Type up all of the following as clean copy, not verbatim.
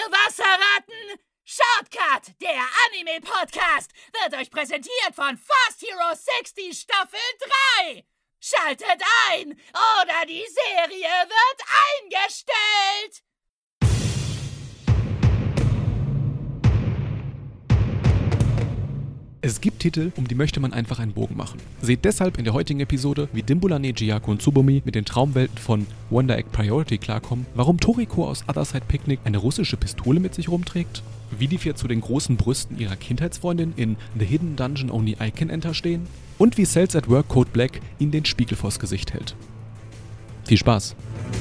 Wasserratten! Shortcut, der Anime-Podcast, wird euch präsentiert von Fast Hero 60 Staffel 3. Schaltet ein, oder die Serie wird eingestellt! Es gibt Titel, um die möchte man einfach einen Bogen machen. Seht deshalb in der heutigen Episode, wie Dimbulane, Gyako und Tsubomi mit den Traumwelten von Wonder Egg Priority klarkommen, warum Toriko aus Other Side Picnic eine russische Pistole mit sich rumträgt, wie die vier zu den großen Brüsten ihrer Kindheitsfreundin in The Hidden Dungeon Only I Can Enter stehen und wie Cells at Work Code Black ihnen den Spiegel vors Gesicht hält. Viel Spaß!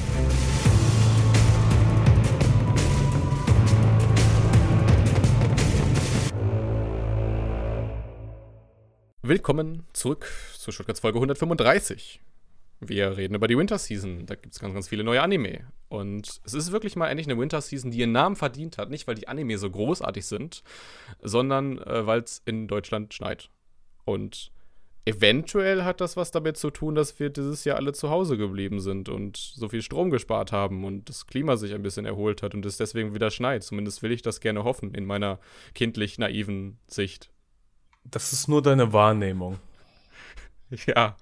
Willkommen zurück zur Shortcuts Folge 135. Wir reden über die Winter Season. Da gibt es ganz, ganz viele neue Anime. Und es ist wirklich mal endlich eine Winter Season, die ihren Namen verdient hat. Nicht, weil die Anime so großartig sind, sondern weil es in Deutschland schneit. Und eventuell hat das was damit zu tun, dass wir dieses Jahr alle zu Hause geblieben sind und so viel Strom gespart haben und das Klima sich ein bisschen erholt hat und es deswegen wieder schneit. Zumindest will ich das gerne hoffen, in meiner kindlich naiven Sicht. Das ist nur deine Wahrnehmung. Ja.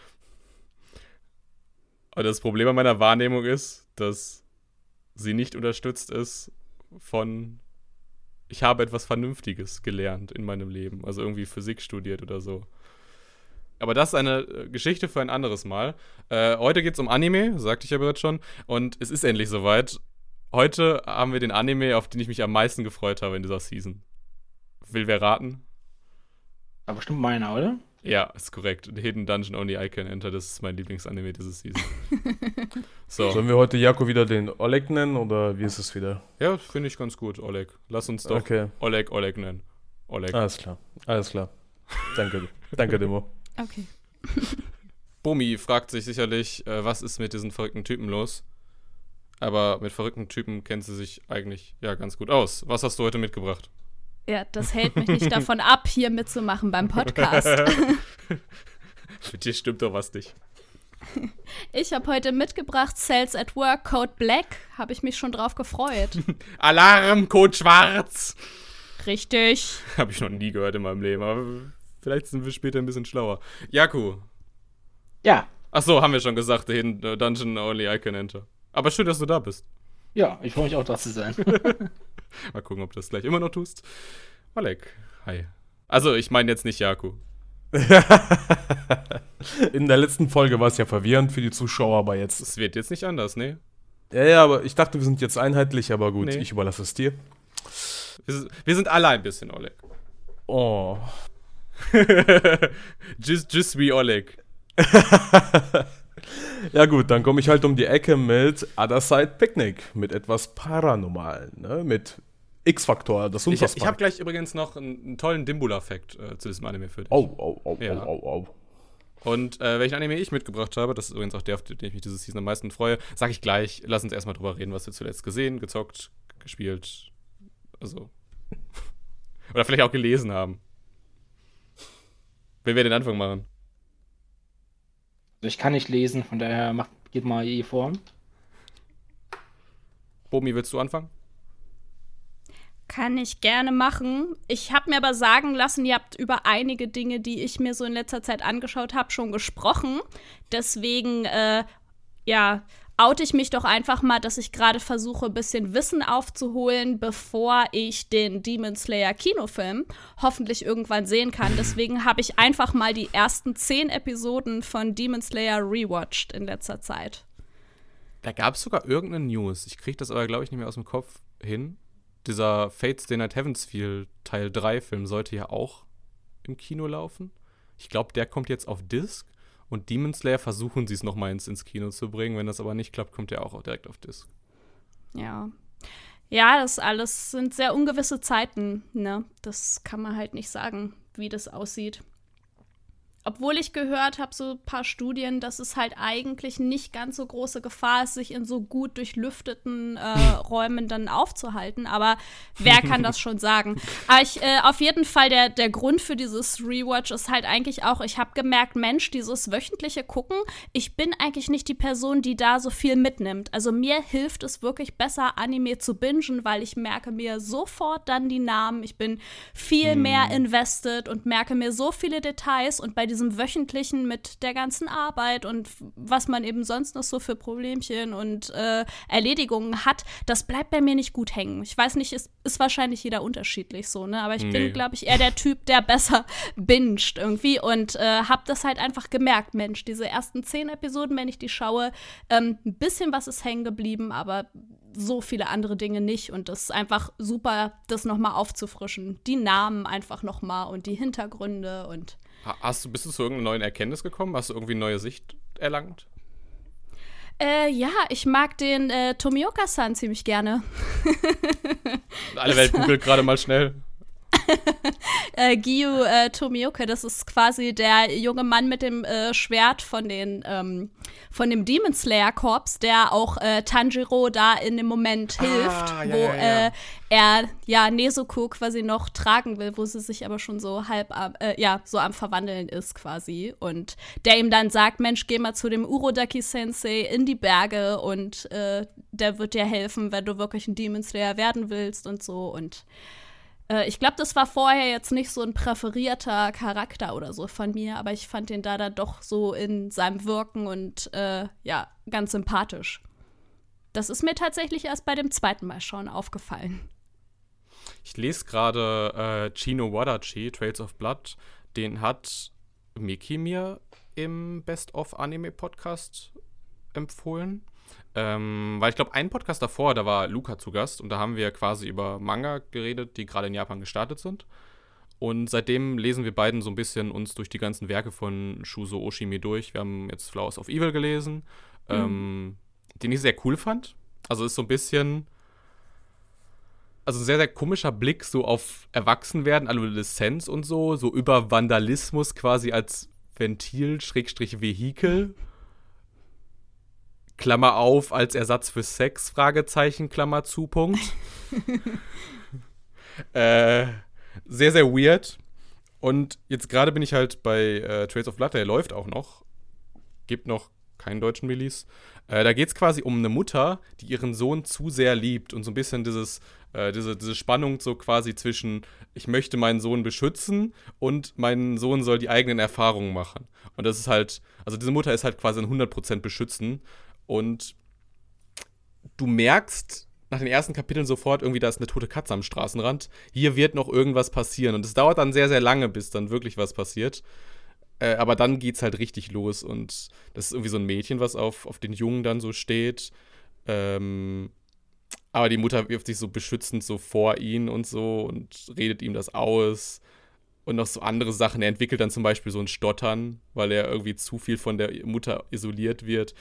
Aber das Problem an meiner Wahrnehmung ist, dass sie nicht unterstützt ist von ich habe etwas Vernünftiges gelernt in meinem Leben. Also irgendwie Physik studiert oder so. Aber das ist eine Geschichte für ein anderes Mal. Heute geht es um Anime, sagte ich ja bereits schon. Und es ist endlich soweit. Heute haben wir den Anime, auf den ich mich am meisten gefreut habe in dieser Season. Will wer raten? Aber bestimmt meiner, oder? Ja, ist korrekt. The Hidden Dungeon Only I Can Enter, das ist mein Lieblingsanime diese Season. So. Sollen wir heute Jako wieder den Oleg nennen oder wie ist es wieder? Ja, finde ich ganz gut, Oleg. Lass uns doch Oleg nennen. Oleg. Alles klar. Danke, Demo. Okay. Bomi fragt sich sicherlich, was ist mit diesen verrückten Typen los? Aber mit verrückten Typen kennt sie sich eigentlich ja ganz gut aus. Was hast du heute mitgebracht? Ja, das hält mich nicht davon ab, hier mitzumachen beim Podcast. Mit dir stimmt doch was nicht. Ich habe heute mitgebracht Cells at Work Code Black. Habe ich mich schon drauf gefreut. Alarm, Code Schwarz! Richtig. Habe ich noch nie gehört in meinem Leben, aber vielleicht sind wir später ein bisschen schlauer. Jaku. Ja. Achso, haben wir schon gesagt, The Hidden Dungeon Only I Can Enter. Aber schön, dass du da bist. Ja, ich freue mich auch, da zu sein. Mal gucken, ob du das gleich immer noch tust. Oleg, hi. Also, ich meine jetzt nicht Jaku. In der letzten Folge war es ja verwirrend für die Zuschauer, aber jetzt... Es wird jetzt nicht anders, ne? Ja, aber ich dachte, wir sind jetzt einheitlich, aber gut, Nee. Ich überlasse es dir. Wir sind alle ein bisschen Oleg. Oh. just wie Oleg. Ja gut, dann komme ich halt um die Ecke mit Other Side Picnic, mit etwas Paranormalen, ne? Mit X-Faktor, das Unfassbare. Ich habe gleich übrigens noch einen tollen Dimbula-Fact zu diesem Anime für dich. Oh. Und welchen Anime ich mitgebracht habe, das ist übrigens auch der, auf den ich mich diese Season am meisten freue, sage ich gleich. Lass uns erstmal drüber reden, was wir zuletzt gesehen, gezockt, gespielt, also oder vielleicht auch gelesen haben. Wer will den Anfang machen? Ich kann nicht lesen, von daher geht mal vor. Bomi, willst du anfangen? Kann ich gerne machen. Ich habe mir aber sagen lassen, ihr habt über einige Dinge, die ich mir so in letzter Zeit angeschaut habe, schon gesprochen. Deswegen, oute ich mich doch einfach mal, dass ich gerade versuche, ein bisschen Wissen aufzuholen, bevor ich den Demon Slayer Kinofilm hoffentlich irgendwann sehen kann. Deswegen habe ich einfach mal die ersten 10 Episoden von Demon Slayer rewatcht in letzter Zeit. Da gab es sogar irgendeine News. Ich kriege das aber, glaube ich, nicht mehr aus dem Kopf hin. Dieser Fates Stay Night Heavensfield Teil 3 Film sollte ja auch im Kino laufen. Ich glaube, der kommt jetzt auf Disc. Und Demon Slayer versuchen sie es nochmal ins Kino zu bringen. Wenn das aber nicht klappt, kommt der auch direkt auf Disc. Ja. Ja, das alles sind sehr ungewisse Zeiten, ne? Das kann man halt nicht sagen, wie das aussieht. Obwohl ich gehört habe, so ein paar Studien, dass es halt eigentlich nicht ganz so große Gefahr ist, sich in so gut durchlüfteten Räumen dann aufzuhalten. Aber wer kann das schon sagen? Aber auf jeden Fall, der Grund für dieses Rewatch ist halt eigentlich auch, ich habe gemerkt, Mensch, dieses wöchentliche Gucken, ich bin eigentlich nicht die Person, die da so viel mitnimmt. Also mir hilft es wirklich besser, Anime zu bingen, weil ich merke mir sofort dann die Namen. Ich bin viel mehr invested und merke mir so viele Details. Und bei diesem wöchentlichen mit der ganzen Arbeit und was man eben sonst noch so für Problemchen und Erledigungen hat, das bleibt bei mir nicht gut hängen. Ich weiß nicht, ist wahrscheinlich jeder unterschiedlich so, ne? Aber ich bin, glaube ich, eher der Typ, der besser binget irgendwie und hab das halt einfach gemerkt, Mensch, diese ersten 10 Episoden, wenn ich die schaue, ein bisschen was ist hängen geblieben, aber so viele andere Dinge nicht und das ist einfach super, das nochmal aufzufrischen. Die Namen einfach nochmal und die Hintergründe und Bist du zu irgendeiner neuen Erkenntnis gekommen? Hast du irgendwie eine neue Sicht erlangt? Ja, ich mag den Tomioka-san ziemlich gerne. Alle Welt googelt gerade mal schnell. Giyu Tomioka, das ist quasi der junge Mann mit dem Schwert von dem Demon Slayer Korps, der auch Tanjiro da in dem Moment hilft, wo er Nezuko quasi noch tragen will, wo sie sich aber schon so so am Verwandeln ist quasi und der ihm dann sagt, Mensch, geh mal zu dem Urodaki Sensei in die Berge und der wird dir helfen, wenn du wirklich ein Demon Slayer werden willst und so und ich glaube, das war vorher jetzt nicht so ein präferierter Charakter oder so von mir, aber ich fand den da dann doch so in seinem Wirken und ganz sympathisch. Das ist mir tatsächlich erst bei dem zweiten Mal schauen aufgefallen. Ich lese gerade Chino Wadachi, Trails of Blood. Den hat Miki mir im Best-of-Anime-Podcast empfohlen. Weil ich glaube, einen Podcast davor, da war Luca zu Gast und da haben wir quasi über Manga geredet, die gerade in Japan gestartet sind. Und seitdem lesen wir beiden so ein bisschen uns durch die ganzen Werke von Shuzo Oshimi durch. Wir haben jetzt Flowers of Evil gelesen, den ich sehr cool fand. Also ist so ein bisschen, also ein sehr, sehr komischer Blick so auf Erwachsenwerden, Adoleszenz und so über Vandalismus quasi als Ventil, Vehikel. Klammer auf, als Ersatz für Sex, Fragezeichen, Klammer zu, Punkt. Sehr, sehr weird. Und jetzt gerade bin ich halt bei Trails of Blood, der läuft auch noch. Gibt noch keinen deutschen Release. Da geht es quasi um eine Mutter, die ihren Sohn zu sehr liebt und so ein bisschen diese Spannung so quasi zwischen, ich möchte meinen Sohn beschützen und mein Sohn soll die eigenen Erfahrungen machen. Und das ist halt, also diese Mutter ist halt quasi ein 100% beschützen. Und du merkst nach den ersten Kapiteln sofort irgendwie, da ist eine tote Katze am Straßenrand. Hier wird noch irgendwas passieren. Und es dauert dann sehr, sehr lange, bis dann wirklich was passiert. Aber dann geht's halt richtig los. Und das ist irgendwie so ein Mädchen, was auf den Jungen dann so steht. Aber die Mutter wirft sich so beschützend so vor ihn und so und redet ihm das aus. Und noch so andere Sachen. Er entwickelt dann zum Beispiel so ein Stottern, weil er irgendwie zu viel von der Mutter isoliert wird.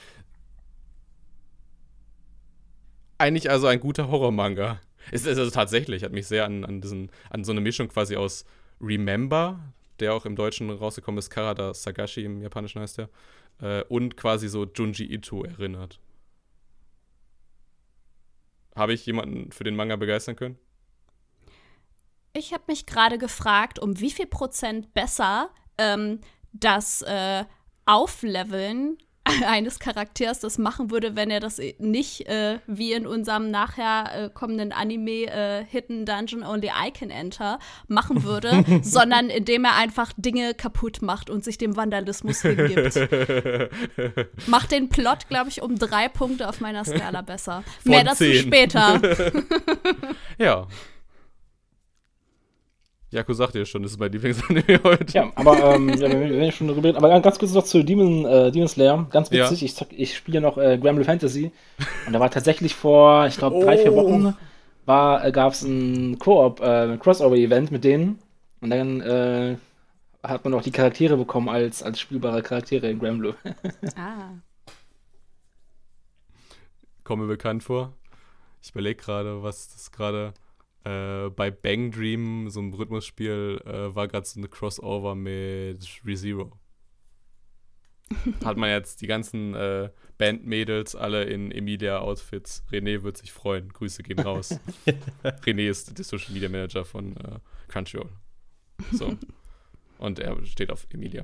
Eigentlich also ein guter Horror-Manga. Es ist also tatsächlich, hat mich sehr an so eine Mischung quasi aus Remember, der auch im Deutschen rausgekommen ist, Karada Sagashi, im Japanischen heißt der, und quasi so Junji Ito erinnert. Habe ich jemanden für den Manga begeistern können? Ich habe mich gerade gefragt, um wie viel Prozent besser das Aufleveln eines Charakters das machen würde, wenn er das nicht wie in unserem nachher kommenden Anime Hidden Dungeon Only I Can Enter machen würde, sondern indem er einfach Dinge kaputt macht und sich dem Vandalismus hingibt. Macht den Plot, glaube ich, um 3 Punkte auf meiner Skala besser. Von Mehr dazu 10. später. Ja. Jaco sagt ja schon, das ist mein Lieblingsanime heute. Ja, aber wenn ich schon darüber rede, aber ganz kurz noch zu Demon Slayer. Ganz witzig, Ja. ich spiele noch Granblue Fantasy und da war tatsächlich vor, ich glaube, 3-4 Wochen gab es ein Crossover-Event mit denen und dann hat man auch die Charaktere bekommen als spielbare Charaktere in Granblue. Kommt mir bekannt vor. Ich überlege gerade, was das gerade bei Bang Dream, so einem Rhythmusspiel, war gerade so eine Crossover mit ReZero. hat man jetzt die ganzen Bandmädels alle in Emilia-Outfits. René wird sich freuen. Grüße gehen raus. René ist der Social Media Manager von Crunchyroll. So. Und er steht auf Emilia.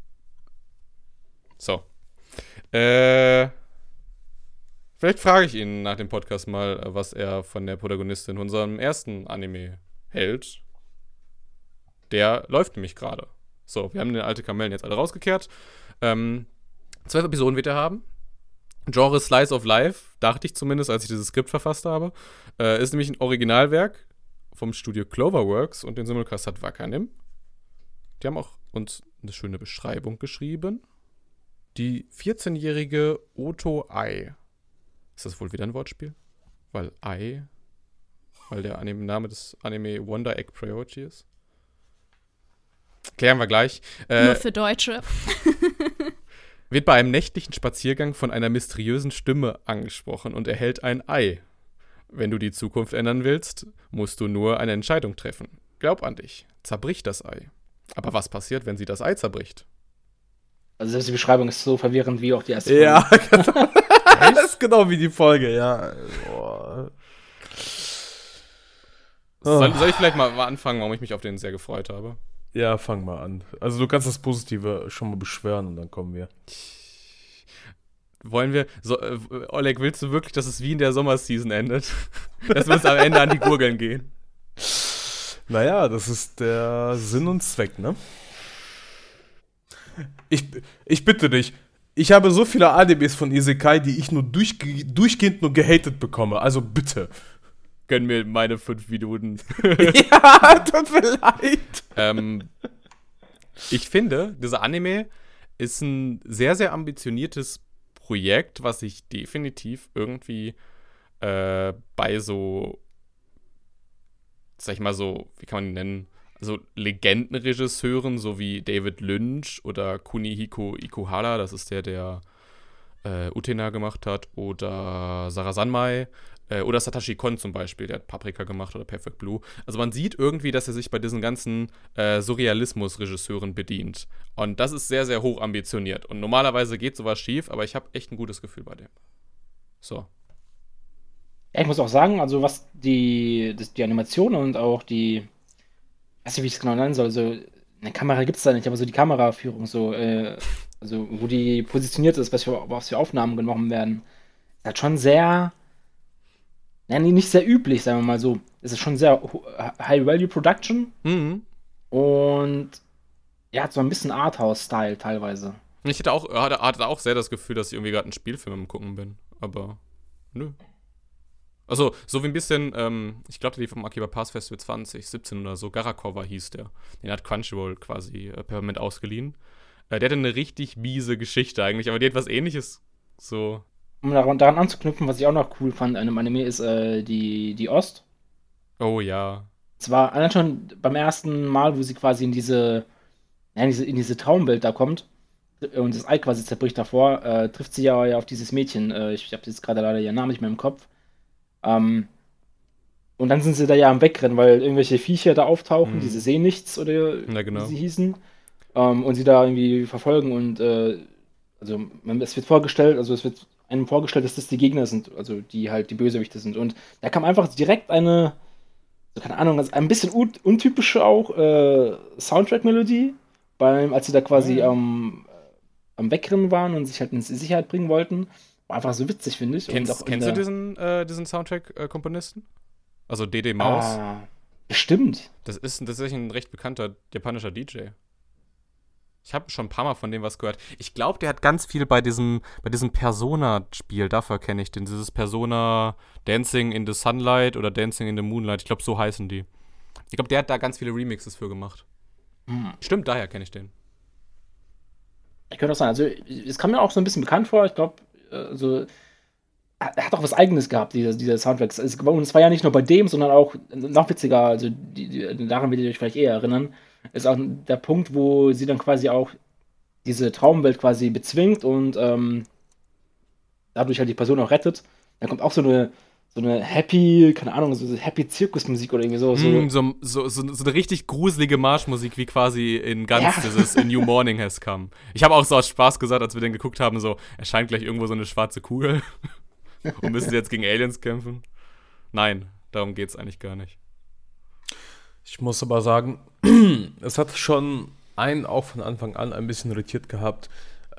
So. Vielleicht frage ich ihn nach dem Podcast mal, was er von der Protagonistin unserem ersten Anime hält. Der läuft nämlich gerade. So, wir haben den alte Kamellen jetzt alle rausgekehrt. 12 Episoden wird er haben. Genre Slice of Life, dachte ich zumindest, als ich dieses Skript verfasst habe. Ist nämlich ein Originalwerk vom Studio Cloverworks und den Simulcast hat Wakanim. Die haben auch uns eine schöne Beschreibung geschrieben. Die 14-jährige Oto Ai. Ist das wohl wieder ein Wortspiel? Weil der Name des Anime Wonder Egg Priority ist? Klären wir gleich. Nur für Deutsche. Wird bei einem nächtlichen Spaziergang von einer mysteriösen Stimme angesprochen und erhält ein Ei. Wenn du die Zukunft ändern willst, musst du nur eine Entscheidung treffen. Glaub an dich. Zerbrich das Ei. Aber was passiert, wenn sie das Ei zerbricht? Also selbst die Beschreibung ist so verwirrend wie auch die erste Folge. Ja, genau. Das ist genau wie die Folge, ja. Boah. Soll ich vielleicht mal anfangen, warum ich mich auf den sehr gefreut habe? Ja, fang mal an. Also du kannst das Positive schon mal beschwören und dann kommen wir. Wollen wir, Oleg, willst du wirklich, dass es wie in der Sommerseason endet? Dass wir uns am Ende an die Gurgeln gehen? Naja, das ist der Sinn und Zweck, ne? Ich bitte dich. Ich habe so viele Animes von Isekai, die ich nur durchgehend nur gehatet bekomme. Also bitte. Gönn mir meine 5 Minuten. Ja, tut mir leid. Ich finde, dieser Anime ist ein sehr, sehr ambitioniertes Projekt, was sich definitiv irgendwie bei so, sag ich mal so, wie kann man ihn nennen, so Legendenregisseuren, so wie David Lynch oder Kunihiko Ikuhara, das ist der Utena gemacht hat, oder Sarah Sanmai, oder Satoshi Kon zum Beispiel, der hat Paprika gemacht oder Perfect Blue. Also man sieht irgendwie, dass er sich bei diesen ganzen Surrealismus-Regisseuren bedient. Und das ist sehr, sehr hoch ambitioniert. Und normalerweise geht sowas schief, aber ich habe echt ein gutes Gefühl bei dem. So. Ja, ich muss auch sagen, also was die Animation und auch ich weiß nicht, wie ich es genau nennen soll, so eine Kamera gibt es da nicht, aber so die Kameraführung, so, also wo die positioniert ist, was für Aufnahmen genommen werden, ist halt schon sehr, nicht sehr üblich, sagen wir mal so. Es ist schon sehr High-Value-Production und ja, hat so ein bisschen Arthouse-Style teilweise. Ich hatte auch sehr das Gefühl, dass ich irgendwie gerade einen Spielfilm am Gucken bin, aber nö. Also, so wie ein bisschen, ich glaube, der lief vom Akiba Pass Festival 2017 oder so, Garakova hieß der. Den hat Crunchyroll quasi permanent ausgeliehen. Der hatte eine richtig miese Geschichte eigentlich, aber die hat was Ähnliches so. Um daran anzuknüpfen, was ich auch noch cool fand an einem Anime, ist die Ost. Oh ja. Es war allein schon beim ersten Mal, wo sie quasi in diese Traumwelt da kommt und das Ei quasi zerbricht davor, trifft sie ja auf dieses Mädchen. Ich habe jetzt gerade leider ihren Namen nicht mehr im Kopf. Und dann sind sie da ja am Wegrennen, weil irgendwelche Viecher da auftauchen, diese Seenichts oder genau. wie sie hießen, und sie da irgendwie verfolgen und es wird einem vorgestellt, dass das die Gegner sind, also die halt die Bösewichte sind. Und da kam einfach direkt eine, so keine Ahnung, ein bisschen untypische auch Soundtrack-Melodie, als sie da quasi am Wegrennen waren und sich halt in Sicherheit bringen wollten. War einfach so witzig, finde ich. Kennst du diesen Soundtrack-Komponisten? Also DD Maus? Bestimmt. Das ist tatsächlich ein recht bekannter japanischer DJ. Ich habe schon ein paar Mal von dem was gehört. Ich glaube, der hat ganz viel bei diesem Persona-Spiel, dafür kenne ich den. Dieses Persona Dancing in the Sunlight oder Dancing in the Moonlight. Ich glaube, so heißen die. Ich glaube, der hat da ganz viele Remixes für gemacht. Stimmt, daher kenne ich den. Ich könnte auch sagen, also es kam mir auch so ein bisschen bekannt vor. Ich glaube, also er hat auch was Eigenes gehabt, dieser Soundtrack. Und es war ja nicht nur bei dem, sondern auch noch witziger, also daran werdet ihr euch vielleicht eher erinnern, ist auch der Punkt, wo sie dann quasi auch diese Traumwelt quasi bezwingt und dadurch halt die Person auch rettet. Da kommt auch so eine so eine Happy, keine Ahnung, so Happy Zirkusmusik oder irgendwie so. So eine richtig gruselige Marschmusik, wie quasi in ganz Ja. dieses A New Morning Has Come. Ich habe auch so aus Spaß gesagt, als wir den geguckt haben, so, erscheint gleich irgendwo so eine schwarze Kugel und müssen sie jetzt gegen Aliens kämpfen. Nein, darum geht's eigentlich gar nicht. Ich muss aber sagen, es hat schon einen auch von Anfang an ein bisschen irritiert gehabt,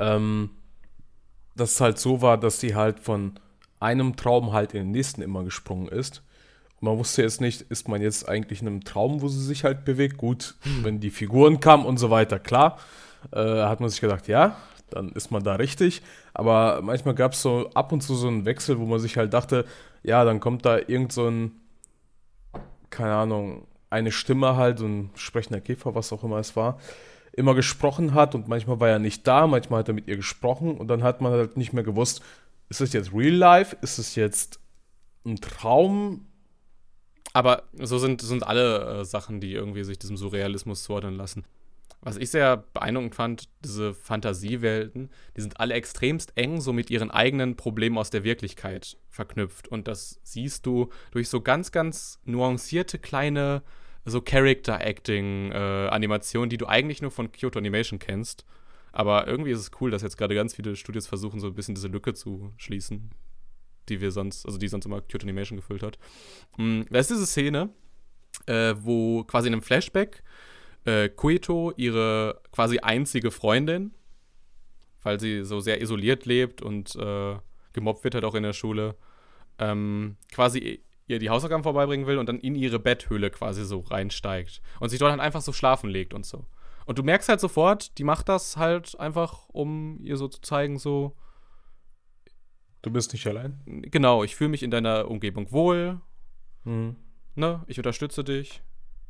dass es halt so war, dass die halt von einem Traum halt in den nächsten immer gesprungen ist. Und man wusste jetzt nicht, ist man jetzt eigentlich in einem Traum, wo sie sich halt bewegt? Gut, wenn die Figuren kamen und so weiter, klar, hat man sich gedacht, ja, dann ist man da richtig. Aber manchmal gab es so ab und zu so einen Wechsel, wo man sich halt dachte, ja, dann kommt da irgend so ein, keine Ahnung, eine Stimme halt, so ein sprechender Käfer, was auch immer es war, immer gesprochen hat und manchmal war er nicht da, manchmal hat er mit ihr gesprochen und dann hat man halt nicht mehr gewusst, ist es jetzt Real Life, ist es jetzt ein Traum? Aber so sind alle Sachen, die irgendwie sich diesem Surrealismus zuordnen lassen. Was ich sehr beeindruckend fand, diese Fantasiewelten, die sind alle extremst eng so mit ihren eigenen Problemen aus der Wirklichkeit verknüpft. Und das siehst du durch so ganz, ganz nuancierte kleine so Character-Acting-Animationen, die du eigentlich nur von Kyoto Animation kennst. Aber irgendwie ist es cool, dass jetzt gerade ganz viele Studios versuchen, so ein bisschen diese Lücke zu schließen, die sonst immer Kyoto Animation gefüllt hat. Da ist diese Szene, wo quasi in einem Flashback Koito, ihre quasi einzige Freundin, weil sie so sehr isoliert lebt und gemobbt wird halt auch in der Schule, quasi ihr die Hausaufgaben vorbeibringen will und dann in ihre Betthöhle quasi so reinsteigt und sich dort halt einfach so schlafen legt und so. Und du merkst halt sofort, die macht das halt einfach, um ihr so zu zeigen, so, Du bist nicht allein? genau, ich fühle mich in deiner Umgebung wohl, Mhm. ne, ich unterstütze dich.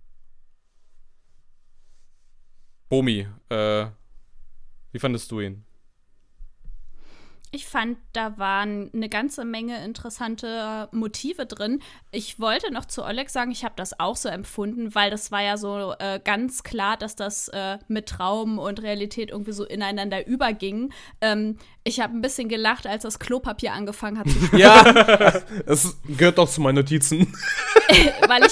Bomi, wie fandest du ihn? Ich fand, da waren eine ganze Menge interessante Motive drin. Ich wollte noch zu Oleg sagen, ich habe das auch so empfunden, weil das war ja so ganz klar, dass das mit Traum und Realität irgendwie so ineinander überging. Ich habe ein bisschen gelacht, als das Klopapier angefangen hat zu sprechen, Ja, es gehört doch zu meinen Notizen. weil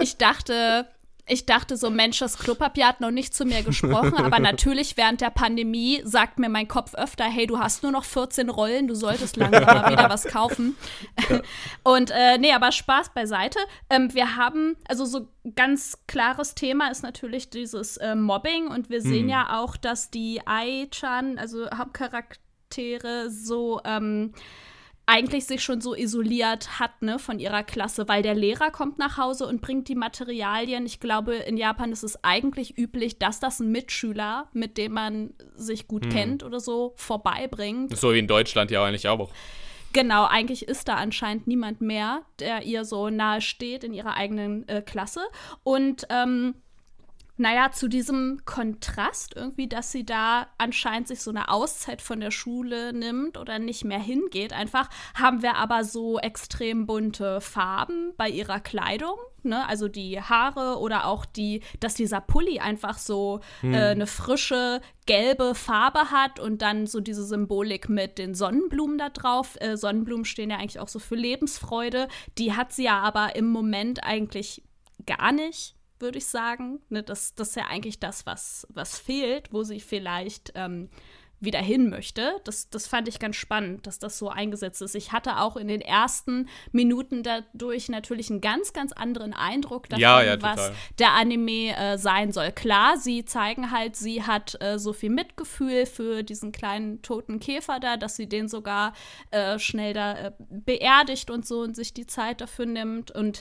ich dachte so, Mensch, das Klopapier hat noch nicht zu mir gesprochen, aber natürlich während der Pandemie sagt mir mein Kopf öfter, hey, du hast nur noch 14 Rollen, du solltest langsam mal wieder was kaufen. Und nee, aber Spaß beiseite. Wir haben, also so ganz klares Thema ist natürlich dieses Mobbing und wir sehen ja auch, dass die Ai-chan, also Hauptcharaktere, so eigentlich sich schon so isoliert hat, ne, von ihrer Klasse, weil der Lehrer kommt nach Hause und bringt die Materialien. Ich glaube, in Japan ist es eigentlich üblich, dass das ein Mitschüler, mit dem man sich gut kennt oder so, vorbeibringt. So wie in Deutschland ja eigentlich auch. Genau, eigentlich ist da anscheinend niemand mehr, der ihr so nahe steht in ihrer eigenen Klasse. Und naja, zu diesem Kontrast irgendwie, dass sie da anscheinend sich so eine Auszeit von der Schule nimmt oder nicht mehr hingeht, einfach, haben wir aber so extrem bunte Farben bei ihrer Kleidung, ne? Also die Haare oder auch dass dieser Pulli einfach so eine frische, gelbe Farbe hat und dann so diese Symbolik mit den Sonnenblumen da drauf. Sonnenblumen stehen ja eigentlich auch so für Lebensfreude. Die hat sie ja aber im Moment eigentlich gar nicht, würde ich sagen. Ne, das ist ja eigentlich das, was fehlt, wo sie vielleicht wieder hin möchte. Das fand ich ganz spannend, dass das so eingesetzt ist. Ich hatte auch in den ersten Minuten dadurch natürlich einen ganz, ganz anderen Eindruck davon, was der Anime sein soll. Klar, sie zeigen halt, sie hat so viel Mitgefühl für diesen kleinen toten Käfer da, dass sie den sogar schnell da beerdigt und so und sich die Zeit dafür nimmt und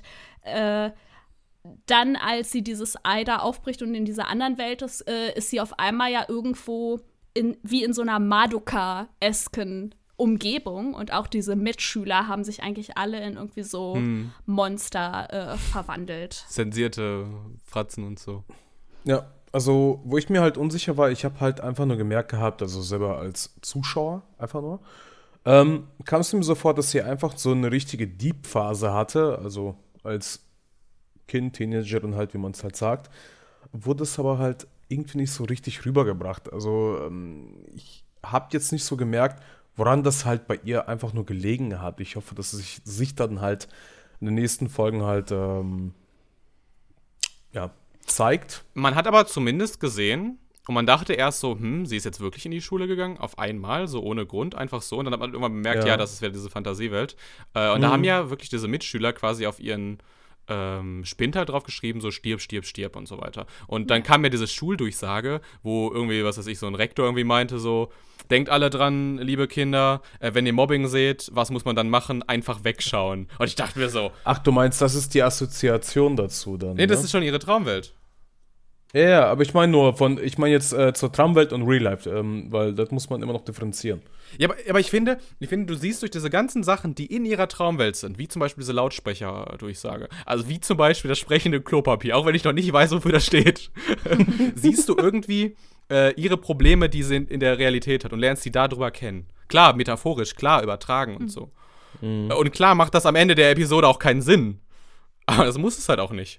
dann, als sie dieses Ei da aufbricht und in dieser anderen Welt ist, ist sie auf einmal ja irgendwo wie in so einer Madoka-esken Umgebung. Und auch diese Mitschüler haben sich eigentlich alle in irgendwie so Monster verwandelt. Zensierte Fratzen und so. Ja, also, wo ich mir halt unsicher war, ich habe halt einfach nur gemerkt gehabt, also selber als Zuschauer einfach nur, kam es mir so vor, dass sie einfach so eine richtige Deep-Phase hatte, also als Kind, Teenager und halt, wie man es halt sagt, wurde es aber halt irgendwie nicht so richtig rübergebracht. Also ich habe jetzt nicht so gemerkt, woran das halt bei ihr einfach nur gelegen hat. Ich hoffe, dass es sich dann halt in den nächsten Folgen halt zeigt. Man hat aber zumindest gesehen, und man dachte erst so, sie ist jetzt wirklich in die Schule gegangen, auf einmal, so ohne Grund, einfach so. Und dann hat man irgendwann bemerkt, ja, das ist wieder diese Fantasiewelt. Und da haben ja wirklich diese Mitschüler quasi auf ihren Spind halt drauf geschrieben, so stirb, stirb, stirb und so weiter. Und dann kam ja diese Schuldurchsage, wo irgendwie, was weiß ich, so ein Rektor irgendwie meinte so, denkt alle dran, liebe Kinder, wenn ihr Mobbing seht, was muss man dann machen? Einfach wegschauen. Und ich dachte mir so, Ach, du meinst, das ist die Assoziation dazu dann, nee, das ne? ist schon ihre Traumwelt. Ja, aber ich meine jetzt zur Traumwelt und Real Life, weil das muss man immer noch differenzieren. Ja, aber ich finde, du siehst durch diese ganzen Sachen, die in ihrer Traumwelt sind, wie zum Beispiel diese Lautsprecherdurchsage, also wie zum Beispiel das sprechende Klopapier, auch wenn ich noch nicht weiß, wofür das steht, siehst du irgendwie ihre Probleme, die sie in der Realität hat und lernst sie darüber kennen. Klar, metaphorisch, klar, übertragen und so. Und klar macht das am Ende der Episode auch keinen Sinn, aber das muss es halt auch nicht.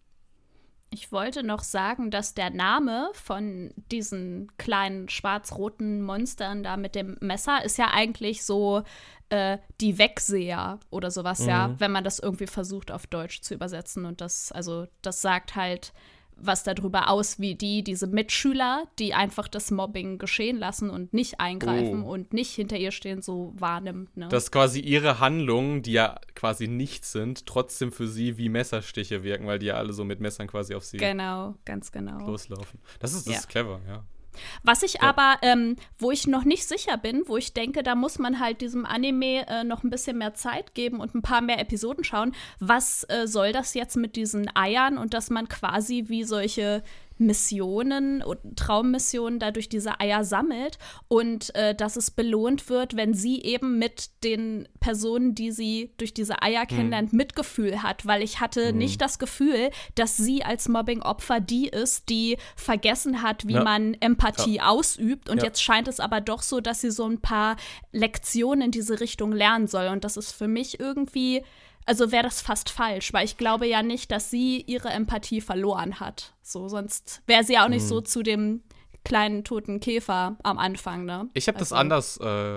Ich wollte noch sagen, dass der Name von diesen kleinen schwarz-roten Monstern da mit dem Messer ist ja eigentlich so die Wegseher oder sowas, ja, wenn man das irgendwie versucht auf Deutsch zu übersetzen. Und das sagt halt was darüber aus, wie diese Mitschüler, die einfach das Mobbing geschehen lassen und nicht eingreifen und nicht hinter ihr stehen, so wahrnimmt. Ne? Dass quasi ihre Handlungen, die ja quasi nichts sind, trotzdem für sie wie Messerstiche wirken, weil die ja alle so mit Messern quasi auf sie Genau, ganz genau. loslaufen. Das ist clever, ja. Was ich aber, wo ich noch nicht sicher bin, wo ich denke, da muss man halt diesem Anime noch ein bisschen mehr Zeit geben und ein paar mehr Episoden schauen. Was soll das jetzt mit diesen Eiern und dass man quasi wie solche Missionen und Traummissionen da durch diese Eier sammelt und dass es belohnt wird, wenn sie eben mit den Personen, die sie durch diese Eier kennenlernt, Mitgefühl hat, weil ich hatte nicht das Gefühl, dass sie als Mobbing-Opfer die ist, die vergessen hat, wie man Empathie ausübt und jetzt scheint es aber doch so, dass sie so ein paar Lektionen in diese Richtung lernen soll und das ist für mich irgendwie, also wäre das fast falsch, weil ich glaube ja nicht, dass sie ihre Empathie verloren hat. So, sonst wäre sie ja auch nicht so zu dem kleinen toten Käfer am Anfang, ne? Ich habe das anders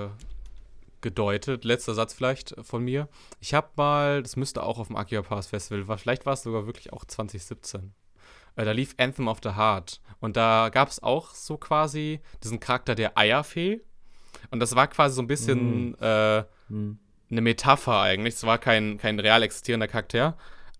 gedeutet. Letzter Satz vielleicht von mir. Ich habe mal, das müsste auch auf dem Akiba Pass Festival, vielleicht war es sogar wirklich auch 2017. Da lief Anthem of the Heart. Und da gab es auch so quasi diesen Charakter der Eierfee. Und das war quasi so ein bisschen eine Metapher eigentlich, es war kein real existierender Charakter,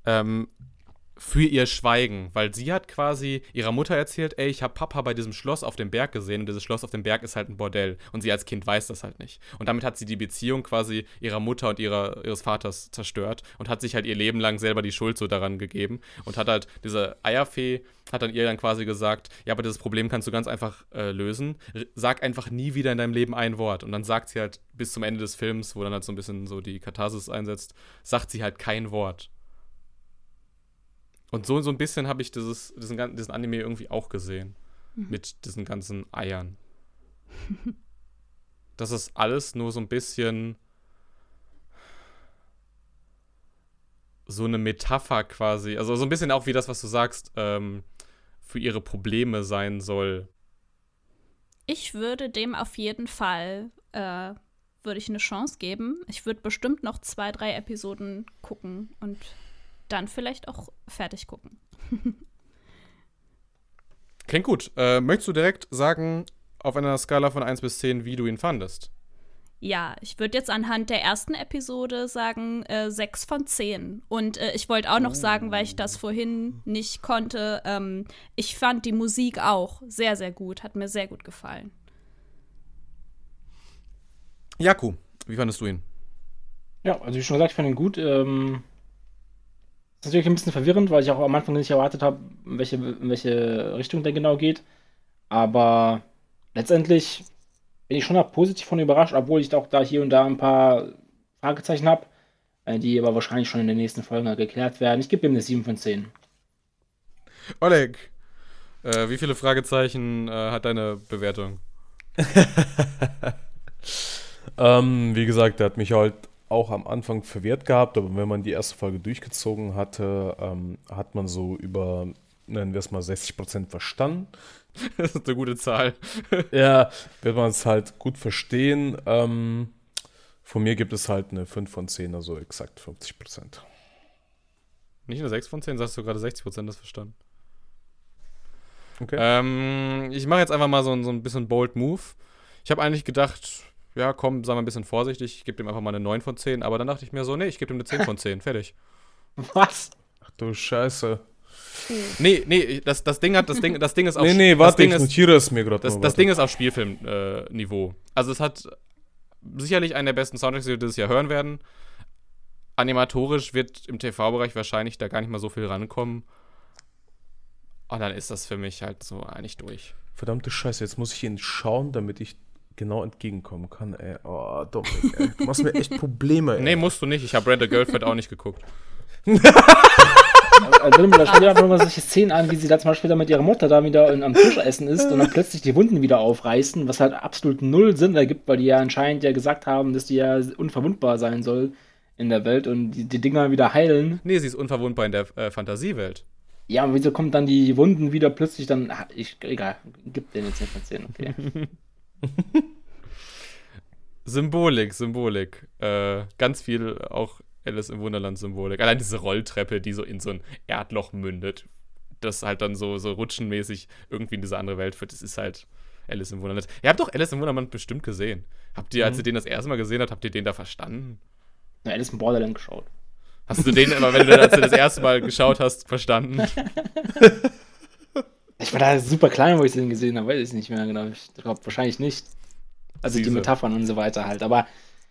für ihr Schweigen, weil sie hat quasi ihrer Mutter erzählt, ey, ich habe Papa bei diesem Schloss auf dem Berg gesehen und dieses Schloss auf dem Berg ist halt ein Bordell und sie als Kind weiß das halt nicht. Und damit hat sie die Beziehung quasi ihrer Mutter und ihres Vaters zerstört und hat sich halt ihr Leben lang selber die Schuld so daran gegeben und hat halt, diese Eierfee hat dann ihr dann quasi gesagt, ja, aber dieses Problem kannst du ganz einfach lösen. Sag einfach nie wieder in deinem Leben ein Wort. Und dann sagt sie halt bis zum Ende des Films, wo dann halt so ein bisschen so die Katharsis einsetzt, sagt sie halt kein Wort. Und so ein bisschen habe ich diesen Anime irgendwie auch gesehen. Mit diesen ganzen Eiern. Das ist alles nur so ein bisschen so eine Metapher quasi. Also so ein bisschen auch wie das, was du sagst, für ihre Probleme sein soll. Ich würde dem auf jeden Fall würde ich eine Chance geben. Ich würde bestimmt noch 2, 3 Episoden gucken und dann vielleicht auch fertig gucken. Klingt gut. Möchtest du direkt sagen, auf einer Skala von 1 bis 10, wie du ihn fandest? Ja, ich würde jetzt anhand der ersten Episode sagen 6 von 10. Und ich wollte auch noch sagen, weil ich das vorhin nicht konnte, ich fand die Musik auch sehr, sehr gut. Hat mir sehr gut gefallen. Jaku, wie fandest du ihn? Ja, also wie schon gesagt, ich fand ihn gut. Ist natürlich ein bisschen verwirrend, weil ich auch am Anfang nicht erwartet habe, in welche Richtung der genau geht. Aber letztendlich bin ich schon positiv von überrascht, obwohl ich auch da hier und da ein paar Fragezeichen habe, die aber wahrscheinlich schon in den nächsten Folgen geklärt werden. Ich gebe ihm eine 7 von 10. Oleg, wie viele Fragezeichen hat deine Bewertung? Wie gesagt, der hat mich halt auch am Anfang verwirrt gehabt, aber wenn man die erste Folge durchgezogen hatte, hat man so über nennen wir es mal 60% verstanden. Das ist eine gute Zahl. Ja, wird man es halt gut verstehen. Von mir gibt es halt eine 5 von 10, also exakt 50%. Nicht eine 6 von 10, sagst du gerade 60% das verstanden. Okay. Ich mache jetzt einfach mal so ein bisschen bold Move. Ich habe eigentlich gedacht, ja komm, sei mal ein bisschen vorsichtig, ich gebe dem einfach mal eine 9 von 10, aber dann dachte ich mir so, nee, ich gebe dem eine 10 von 10, fertig. Was? Ach du Scheiße. Nee, das Ding ist auf Warte, ich notiere es mir gerade. Das Ding ist auf Spielfilm-Niveau. Also es hat sicherlich einen der besten Soundtracks, die wir dieses Jahr hören werden. Animatorisch wird im TV-Bereich wahrscheinlich da gar nicht mal so viel rankommen. Und dann ist das für mich halt so eigentlich durch. Verdammte Scheiße, jetzt muss ich ihn schauen, damit ich genau entgegenkommen kann, ey. Oh, Dominik, ey. Du machst mir echt Probleme, ey. Nee, musst du nicht. Ich habe Rent a Girlfriend auch nicht geguckt. Also, da schaut ja einfach nur solche Szenen an, wie sie da zum Beispiel da mit ihrer Mutter da wieder am Tisch essen ist und dann plötzlich die Wunden wieder aufreißen, was halt absolut null Sinn ergibt, weil die ja anscheinend ja gesagt haben, dass die ja unverwundbar sein soll in der Welt und die Dinger wieder heilen. Nee, sie ist unverwundbar in der Fantasiewelt. Ja, aber wieso kommen dann die Wunden wieder plötzlich dann. Egal, gib denen jetzt 10 von 10, okay. Symbolik. Ganz viel auch Alice im Wunderland-Symbolik. Allein diese Rolltreppe, die so in so ein Erdloch mündet, das halt dann so rutschenmäßig irgendwie in diese andere Welt führt. Das ist halt Alice im Wunderland. Ihr habt doch Alice im Wunderland bestimmt gesehen. Habt ihr, als ihr den das erste Mal gesehen habt, habt ihr den da verstanden? Ja, Alice im Borderland geschaut. Hast du den aber, wenn du das erste Mal geschaut hast, verstanden? Ich war da super klein, wo ich den gesehen habe, weiß ich nicht mehr genau. Ich glaube wahrscheinlich nicht. Also die Metaphern und so weiter halt, aber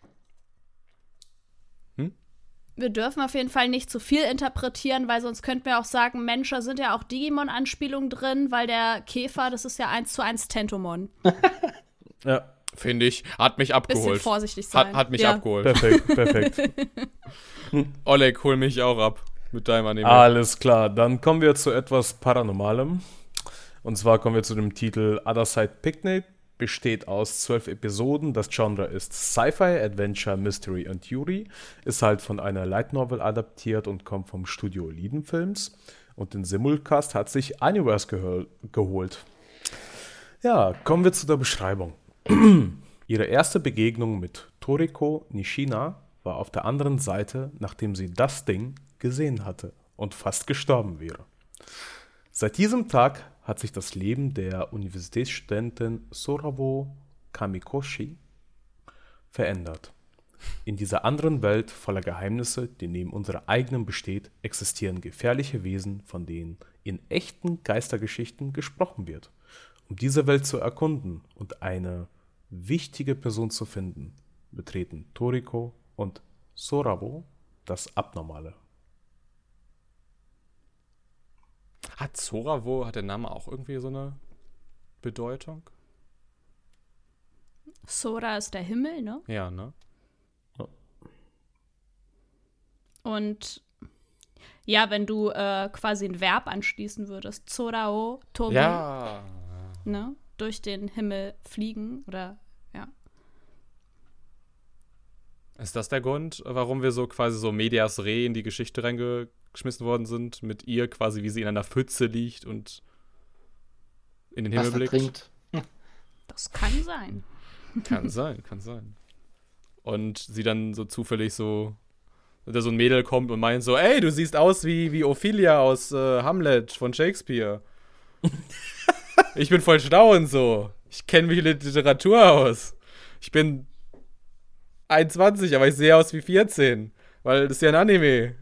wir dürfen auf jeden Fall nicht zu viel interpretieren, weil sonst könnten wir auch sagen, Mensch, da sind ja auch Digimon-Anspielungen drin, weil der Käfer, das ist ja 1:1 Tentomon. Ja. Finde ich, hat mich abgeholt. Bisschen vorsichtig sein. Hat mich abgeholt. Perfekt. Oleg, hol mich auch ab mit deinem Anime. Alles klar, dann kommen wir zu etwas Paranormalem. Und zwar kommen wir zu dem Titel Other Side Picnic. Besteht aus 12 Episoden. Das Genre ist Sci-Fi, Adventure, Mystery und Yuri. Ist halt von einer Light Novel adaptiert und kommt vom Studio Liden Films. Und den Simulcast hat sich Universe geholt. Ja, kommen wir zu der Beschreibung. Ihre erste Begegnung mit Toriko Nishina war auf der anderen Seite, nachdem sie das Ding gesehen hatte und fast gestorben wäre. Seit diesem Tag hat sich das Leben der Universitätsstudentin Sorabo Kamikoshi verändert. In dieser anderen Welt voller Geheimnisse, die neben unserer eigenen besteht, existieren gefährliche Wesen, von denen in echten Geistergeschichten gesprochen wird. Um diese Welt zu erkunden und eine wichtige Person zu finden, betreten Toriko und Sorabo das Abnormale. Hat Sorabo, hat der Name auch irgendwie so eine Bedeutung? Sora ist der Himmel, ne? Ja, ne? Und ja, wenn du quasi ein Verb anschließen würdest, Zorao, Tobi, Ja. ne? Durch den Himmel fliegen oder ja. Ist das der Grund, warum wir so quasi so Medias Re in die Geschichte reingeschmissen worden sind? Mit ihr quasi, wie sie in einer Pfütze liegt und in den Himmel Wasser blickt? trinkt. Das kann sein. Kann sein. Und sie dann so zufällig so ein Mädel kommt und meint so, ey, du siehst aus wie Ophelia aus Hamlet von Shakespeare. Ich bin voll schlau und so. Ich kenne mich mit Literatur aus. Ich bin 21, aber ich sehe aus wie 14. Weil das ist ja ein Anime.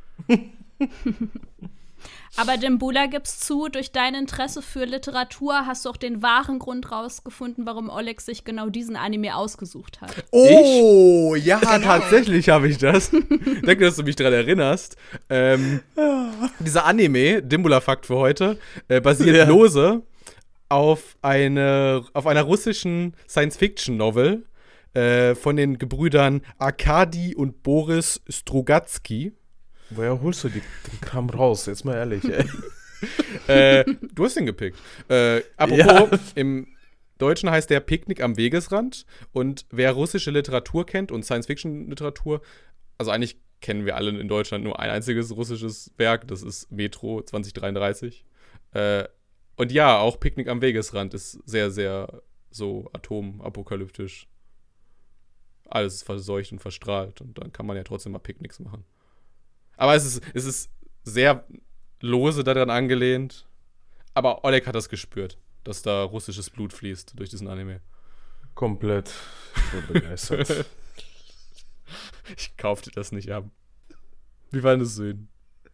Aber Dimbula gibt's zu, durch dein Interesse für Literatur hast du auch den wahren Grund rausgefunden, warum Oleg sich genau diesen Anime ausgesucht hat. Oh, ja, tatsächlich habe ich das. Danke, dass du mich daran erinnerst. Dieser Anime, Dimbula-Fakt für heute, basiert lose auf einer russischen Science-Fiction-Novel von den Gebrüdern Arkadi und Boris Strugatsky. Woher holst du den Kram raus? Jetzt mal ehrlich, ey. Du hast den gepickt. Apropos, im Deutschen heißt der Picknick am Wegesrand. Und wer russische Literatur kennt und Science-Fiction-Literatur, also eigentlich kennen wir alle in Deutschland nur ein einziges russisches Werk, das ist Metro 2033. Und ja, auch Picknick am Wegesrand ist sehr, sehr so atomapokalyptisch. Alles ist verseucht und verstrahlt und dann kann man ja trotzdem mal Picknicks machen. Aber es ist sehr lose daran angelehnt. Aber Oleg hat das gespürt, dass da russisches Blut fließt durch diesen Anime. Komplett. Ich bin begeistert. Ich kauf dir das nicht ab. Wie war das Sinn?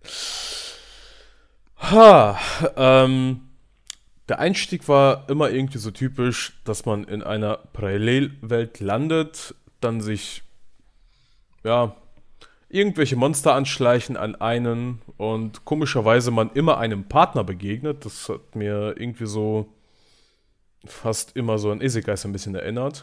Der Einstieg war immer irgendwie so typisch, dass man in einer Parallelwelt landet, dann sich, ja, irgendwelche Monster anschleichen an einen und komischerweise man immer einem Partner begegnet. Das hat mir irgendwie so fast immer so an Isekai ein bisschen erinnert.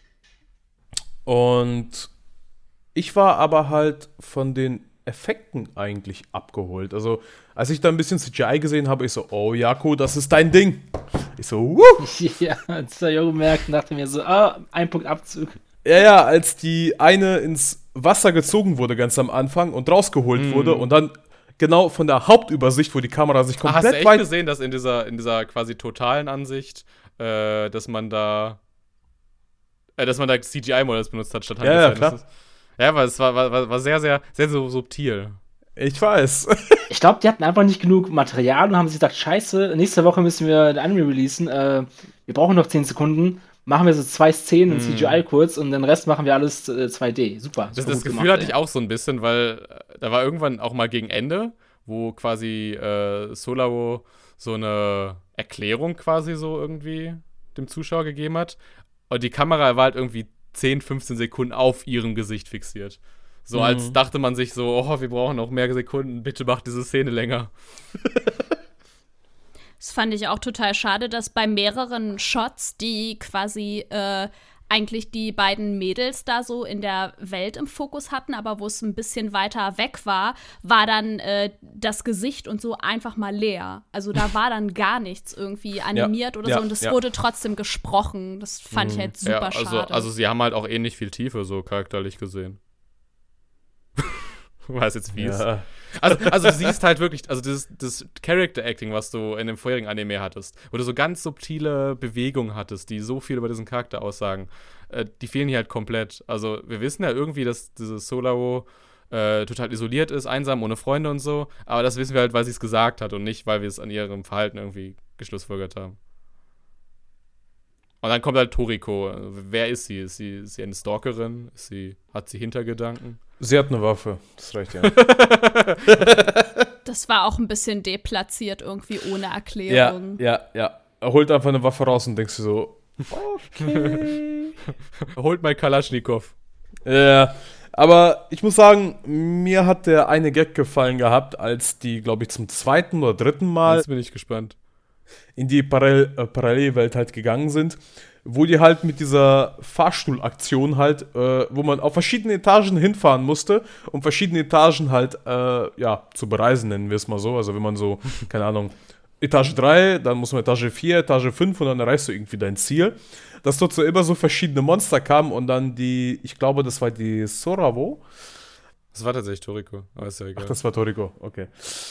Und ich war aber halt von den Effekten eigentlich abgeholt. Also, als ich da ein bisschen CGI gesehen habe, ich so, oh Jaco, das ist dein Ding. Ich so, wuh! Ja, als der Junge merkt, dachte mir so, ein Punkt Abzug. Ja, als die eine ins Wasser gezogen wurde ganz am Anfang und rausgeholt wurde und dann genau von der Hauptübersicht, wo die Kamera sich komplett hast du echt gesehen, dass in dieser quasi totalen Ansicht, dass man da CGI-Models benutzt hat statt Ja, klar. Ja, aber es war sehr, sehr, sehr so subtil. Ich weiß. Ich glaube, die hatten einfach nicht genug Material und haben sich gedacht, scheiße, nächste Woche müssen wir den Anime releasen. Wir brauchen noch 10 Sekunden. Machen wir so 2 Szenen in CGI kurz und den Rest machen wir alles 2D. Super. Das Gefühl hatte ich auch so ein bisschen, weil da war irgendwann auch mal gegen Ende, wo quasi Solao so eine Erklärung quasi so irgendwie dem Zuschauer gegeben hat. Und die Kamera war halt irgendwie 10, 15 Sekunden auf ihrem Gesicht fixiert. So als dachte man sich so, oh, wir brauchen noch mehr Sekunden, bitte macht diese Szene länger. Das fand ich auch total schade, dass bei mehreren Shots, die quasi eigentlich die beiden Mädels da so in der Welt im Fokus hatten, aber wo es ein bisschen weiter weg war dann das Gesicht und so einfach mal leer. Also da war dann gar nichts irgendwie animiert oder so und es wurde trotzdem gesprochen. Das fand ich halt super schade. Also sie haben halt auch ähnlich viel Tiefe so charakterlich gesehen. Weiß jetzt fies. Ja. Also du siehst halt wirklich, also das Character-Acting, was du in dem vorherigen Anime hattest, wo du so ganz subtile Bewegungen hattest, die so viel über diesen Charakter aussagen, die fehlen hier halt komplett. Also wir wissen ja irgendwie, dass dieses Solao total isoliert ist, einsam, ohne Freunde und so, aber das wissen wir halt, weil sie es gesagt hat und nicht, weil wir es an ihrem Verhalten irgendwie geschlussfolgert haben. Und dann kommt halt Toriko. Wer ist sie? Ist sie eine Stalkerin? Hat sie Hintergedanken? Sie hat eine Waffe. Das reicht ja. Das war auch ein bisschen deplatziert irgendwie, ohne Erklärung. Ja. Er holt einfach eine Waffe raus und denkst du so, okay. Holt mal Kalaschnikow. Ja, aber ich muss sagen, mir hat der eine Gag gefallen gehabt, als die, glaube ich, zum 2. oder 3. Mal Jetzt bin ich gespannt. in die Parallelwelt halt gegangen sind, wo die halt mit dieser Fahrstuhlaktion halt, wo man auf verschiedene Etagen hinfahren musste, um verschiedene Etagen halt, zu bereisen, nennen wir es mal so. Also wenn man so, keine Ahnung, Etage 3, dann muss man Etage 4, Etage 5 und dann erreichst du irgendwie dein Ziel. Dass dort so immer so verschiedene Monster kamen und dann ich glaube, das war die Sorabo. Das war tatsächlich Toriko, aber ist ja egal. Ach, das war Toriko, okay.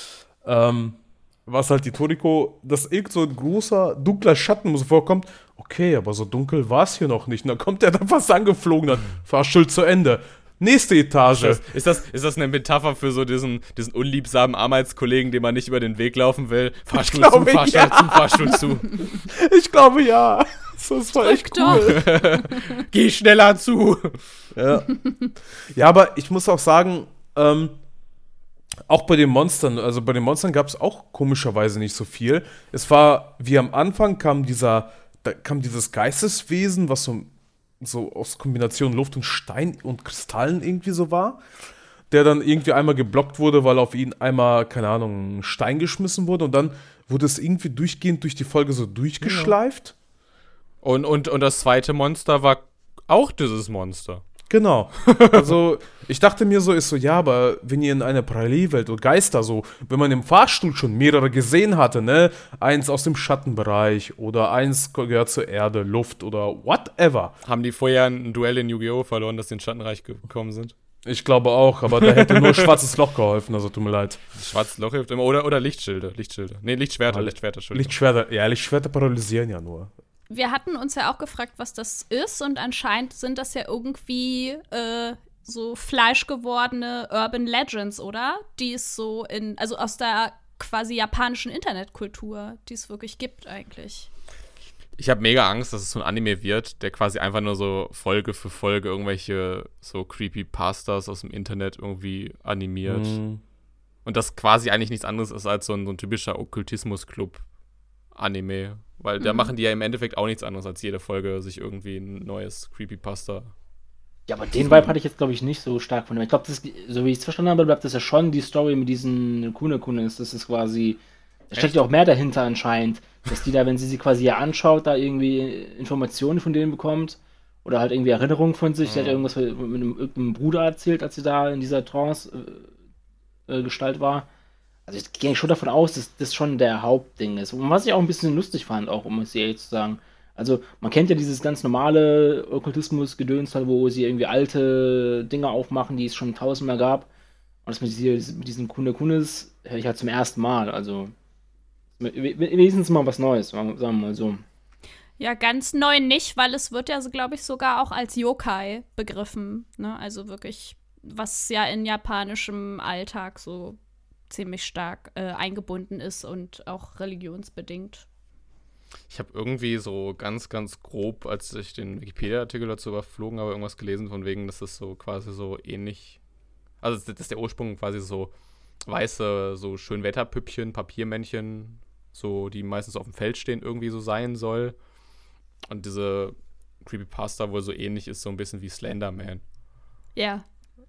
Was halt die Toriko, dass irgend so ein großer, dunkler Schatten so vorkommt. Okay, aber so dunkel war es hier noch nicht. Und dann kommt der da fast angeflogen, dann Fahrstuhl zu Ende. Nächste Etage. Ist das eine Metapher für so diesen unliebsamen Arbeitskollegen, dem man nicht über den Weg laufen will? Fahrstuhl zu, Fahrstuhl zu. Ich glaube, ja. Das war echt cool. Geh schneller zu. Ja, aber ich muss auch sagen, auch bei den Monstern, also bei den Monstern gab es auch komischerweise nicht so viel. Es war, wie am Anfang kam dieses Geisteswesen, was so aus Kombination Luft und Stein und Kristallen irgendwie so war, der dann irgendwie einmal geblockt wurde, weil auf ihn einmal, keine Ahnung, ein Stein geschmissen wurde und dann wurde es irgendwie durchgehend durch die Folge so durchgeschleift. Und das zweite Monster war auch dieses Monster. Genau. Also, ich dachte mir so, aber wenn ihr in einer Parallelwelt oder Geister so, wenn man im Fahrstuhl schon mehrere gesehen hatte, ne, eins aus dem Schattenbereich oder eins gehört zur Erde, Luft oder whatever. Haben die vorher ein Duell in Yu-Gi-Oh! Verloren, dass sie ins Schattenreich gekommen sind? Ich glaube auch, aber da hätte nur schwarzes Loch geholfen, also tut mir leid. Schwarzes Loch hilft immer. Oder Lichtschilde. Nee, Lichtschwerter, Entschuldigung. Lichtschwerter paralysieren ja nur. Wir hatten uns ja auch gefragt, was das ist, und anscheinend sind das ja irgendwie so fleischgewordene Urban Legends, oder? Die es so also aus der quasi japanischen Internetkultur, die es wirklich gibt eigentlich. Ich habe mega Angst, dass es so ein Anime wird, der quasi einfach nur so Folge für Folge irgendwelche so Creepypastas aus dem Internet irgendwie animiert. Mhm. Und das quasi eigentlich nichts anderes ist als so ein typischer Okkultismus-Club-Anime. Weil da machen die ja im Endeffekt auch nichts anderes, als jede Folge sich irgendwie ein neues Creepypasta. Ja, aber den Vibe hatte ich jetzt, glaube ich, nicht so stark von dem. Ich glaube, so wie ich es verstanden habe, bleibt das ja schon die Story mit diesen Kunekunes. Das ist quasi, da steckt ja auch mehr dahinter anscheinend. Dass die da, wenn sie quasi ja anschaut, da irgendwie Informationen von denen bekommt. Oder halt irgendwie Erinnerungen von sich. Sie hat ja irgendwas mit irgendeinem Bruder erzählt, als sie da in dieser Trance-Gestalt war. Also ich gehe schon davon aus, dass das schon der Hauptding ist. Und was ich auch ein bisschen lustig fand, auch um es ehrlich zu sagen. Also man kennt ja dieses ganz normale Okkultismus-Gedöns, halt, wo sie irgendwie alte Dinge aufmachen, die es schon tausendmal gab. Und das mit diesen Kunekunes höre ich halt zum ersten Mal. Also wenigstens mal was Neues, sagen wir mal so. Ja, ganz neu nicht, weil es wird ja, glaube ich, sogar auch als Yokai begriffen. Ne? Also wirklich, was ja in japanischem Alltag so ziemlich stark eingebunden ist und auch religionsbedingt. Ich habe irgendwie so ganz, ganz grob, als ich den Wikipedia-Artikel dazu überflogen habe, irgendwas gelesen von wegen, dass das so quasi so ähnlich, also dass der Ursprung quasi so weiße, so Schönwetterpüppchen, Papiermännchen, so die meistens auf dem Feld stehen, irgendwie so sein soll. Und diese Creepypasta wohl so ähnlich ist, so ein bisschen wie Slenderman. Ja.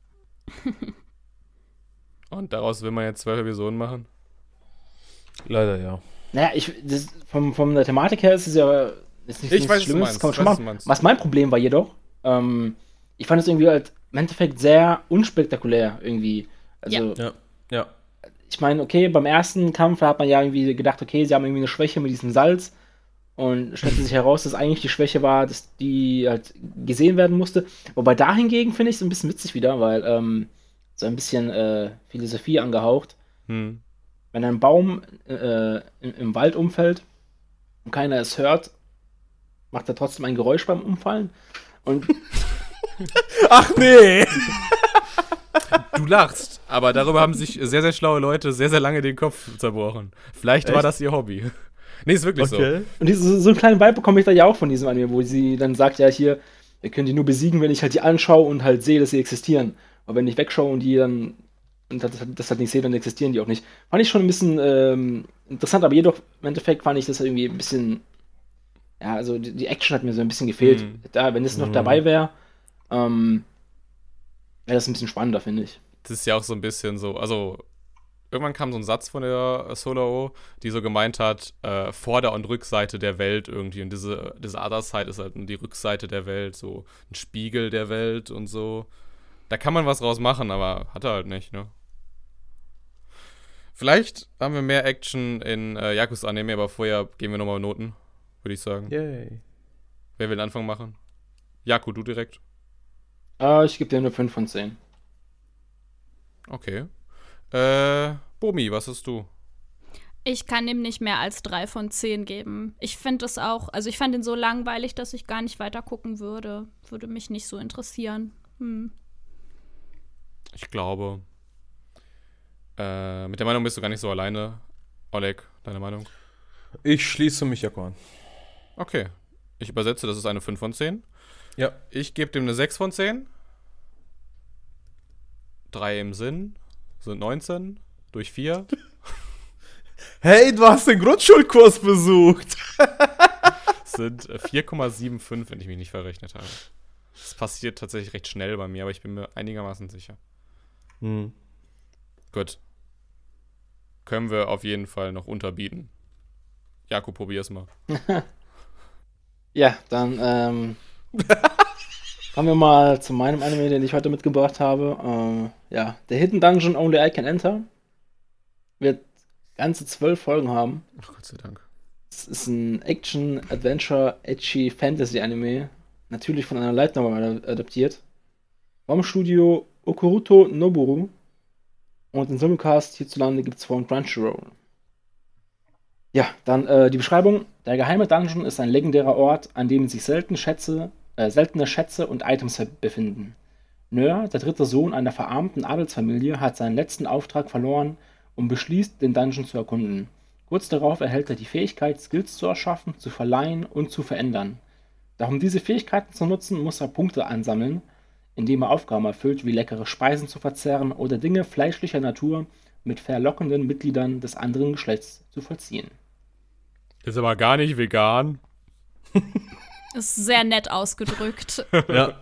Und daraus will man jetzt 12 Episoden machen? Leider ja. Naja, von der Thematik her ist es ja ist nichts Schlimmes, kann man schon machen. Was mein Problem war jedoch, ich fand es irgendwie halt im Endeffekt sehr unspektakulär irgendwie. Also, Ja. ich meine, okay, beim ersten Kampf hat man ja irgendwie gedacht, okay, sie haben irgendwie eine Schwäche mit diesem Salz und stellte sich heraus, dass eigentlich die Schwäche war, dass die halt gesehen werden musste. Wobei da hingegen finde ich es ein bisschen witzig wieder, weil so ein bisschen Philosophie angehaucht. Wenn ein Baum im Wald umfällt und keiner es hört, macht er trotzdem ein Geräusch beim Umfallen. Und Ach nee! Du lachst, aber darüber haben sich sehr, sehr schlaue Leute sehr, sehr lange den Kopf zerbrochen. Vielleicht war das ihr Hobby. Nee, ist wirklich so. Und so einen kleinen Vibe bekomme ich da ja auch von diesem Anime, wo sie dann sagt, ja hier, wir können die nur besiegen, wenn ich halt die anschaue und halt sehe, dass sie existieren. Aber wenn ich wegschaue und die dann das halt nicht sehe, dann existieren die auch nicht. Fand ich schon ein bisschen interessant, aber jedoch im Endeffekt fand ich das irgendwie ein bisschen, ja, also die Action hat mir so ein bisschen gefehlt. Wenn es noch dabei wäre, wäre das ein bisschen spannender, finde ich. Das ist ja auch so ein bisschen so, also irgendwann kam so ein Satz von der Solao, die so gemeint hat, Vorder- und Rückseite der Welt irgendwie. Und diese Other Side ist halt die Rückseite der Welt, so ein Spiegel der Welt und so. Da kann man was draus machen, aber hat er halt nicht, ne? Vielleicht haben wir mehr Action in Yakuza-Anime, aber vorher geben wir nochmal Noten, würde ich sagen. Yay. Wer will den Anfang machen? Jaku, du direkt. Ich gebe dir eine 5 von 10. Okay. Bomi, was hast du? Ich kann ihm nicht mehr als 3 von 10 geben. Ich finde es auch, also ich fand ihn so langweilig, dass ich gar nicht weiter gucken würde. Würde mich nicht so interessieren. Ich glaube, mit der Meinung bist du gar nicht so alleine. Oleg, deine Meinung? Ich schließe mich Jaku an. Okay. Ich übersetze, das ist eine 5 von 10. Ja. Ich gebe dem eine 6 von 10. 3 im Sinn sind 19 durch 4. Hey, du hast den Grundschulkurs besucht. Sind 4,75, wenn ich mich nicht verrechnet habe. Das passiert tatsächlich recht schnell bei mir, aber ich bin mir einigermaßen sicher. Gut. Können wir auf jeden Fall noch unterbieten. Jaku, probier's mal. Ja, dann kommen wir mal zu meinem Anime, den ich heute mitgebracht habe. Ja, der Hidden Dungeon Only I Can Enter wird ganze 12 Folgen haben. Ach, Gott sei Dank. Es ist ein Action, Adventure, Edgy Fantasy Anime. Natürlich von einer Light Novel adaptiert. Vom Studio Okuruto Noburu. Und den Simulcast hierzulande gibt es von Crunchyroll. Ja, dann die Beschreibung. Der geheime Dungeon ist ein legendärer Ort, an dem sich seltene Schätze und Items befinden. Nör, der dritte Sohn einer verarmten Adelsfamilie, hat seinen letzten Auftrag verloren und beschließt, den Dungeon zu erkunden. Kurz darauf erhält er die Fähigkeit, Skills zu erschaffen, zu verleihen und zu verändern. Doch um diese Fähigkeiten zu nutzen, muss er Punkte ansammeln, indem er Aufgaben erfüllt, wie leckere Speisen zu verzehren oder Dinge fleischlicher Natur mit verlockenden Mitgliedern des anderen Geschlechts zu vollziehen. Ist aber gar nicht vegan. Ist sehr nett ausgedrückt. Ja.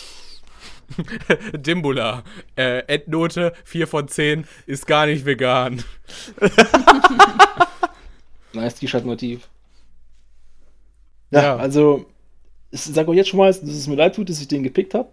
Dimbula. Endnote 4 von 10 ist gar nicht vegan. Nice T-Shirt-Motiv. Ja, Ja. also, ich sage euch jetzt schon mal, dass es mir leid tut, dass ich den gepickt habe.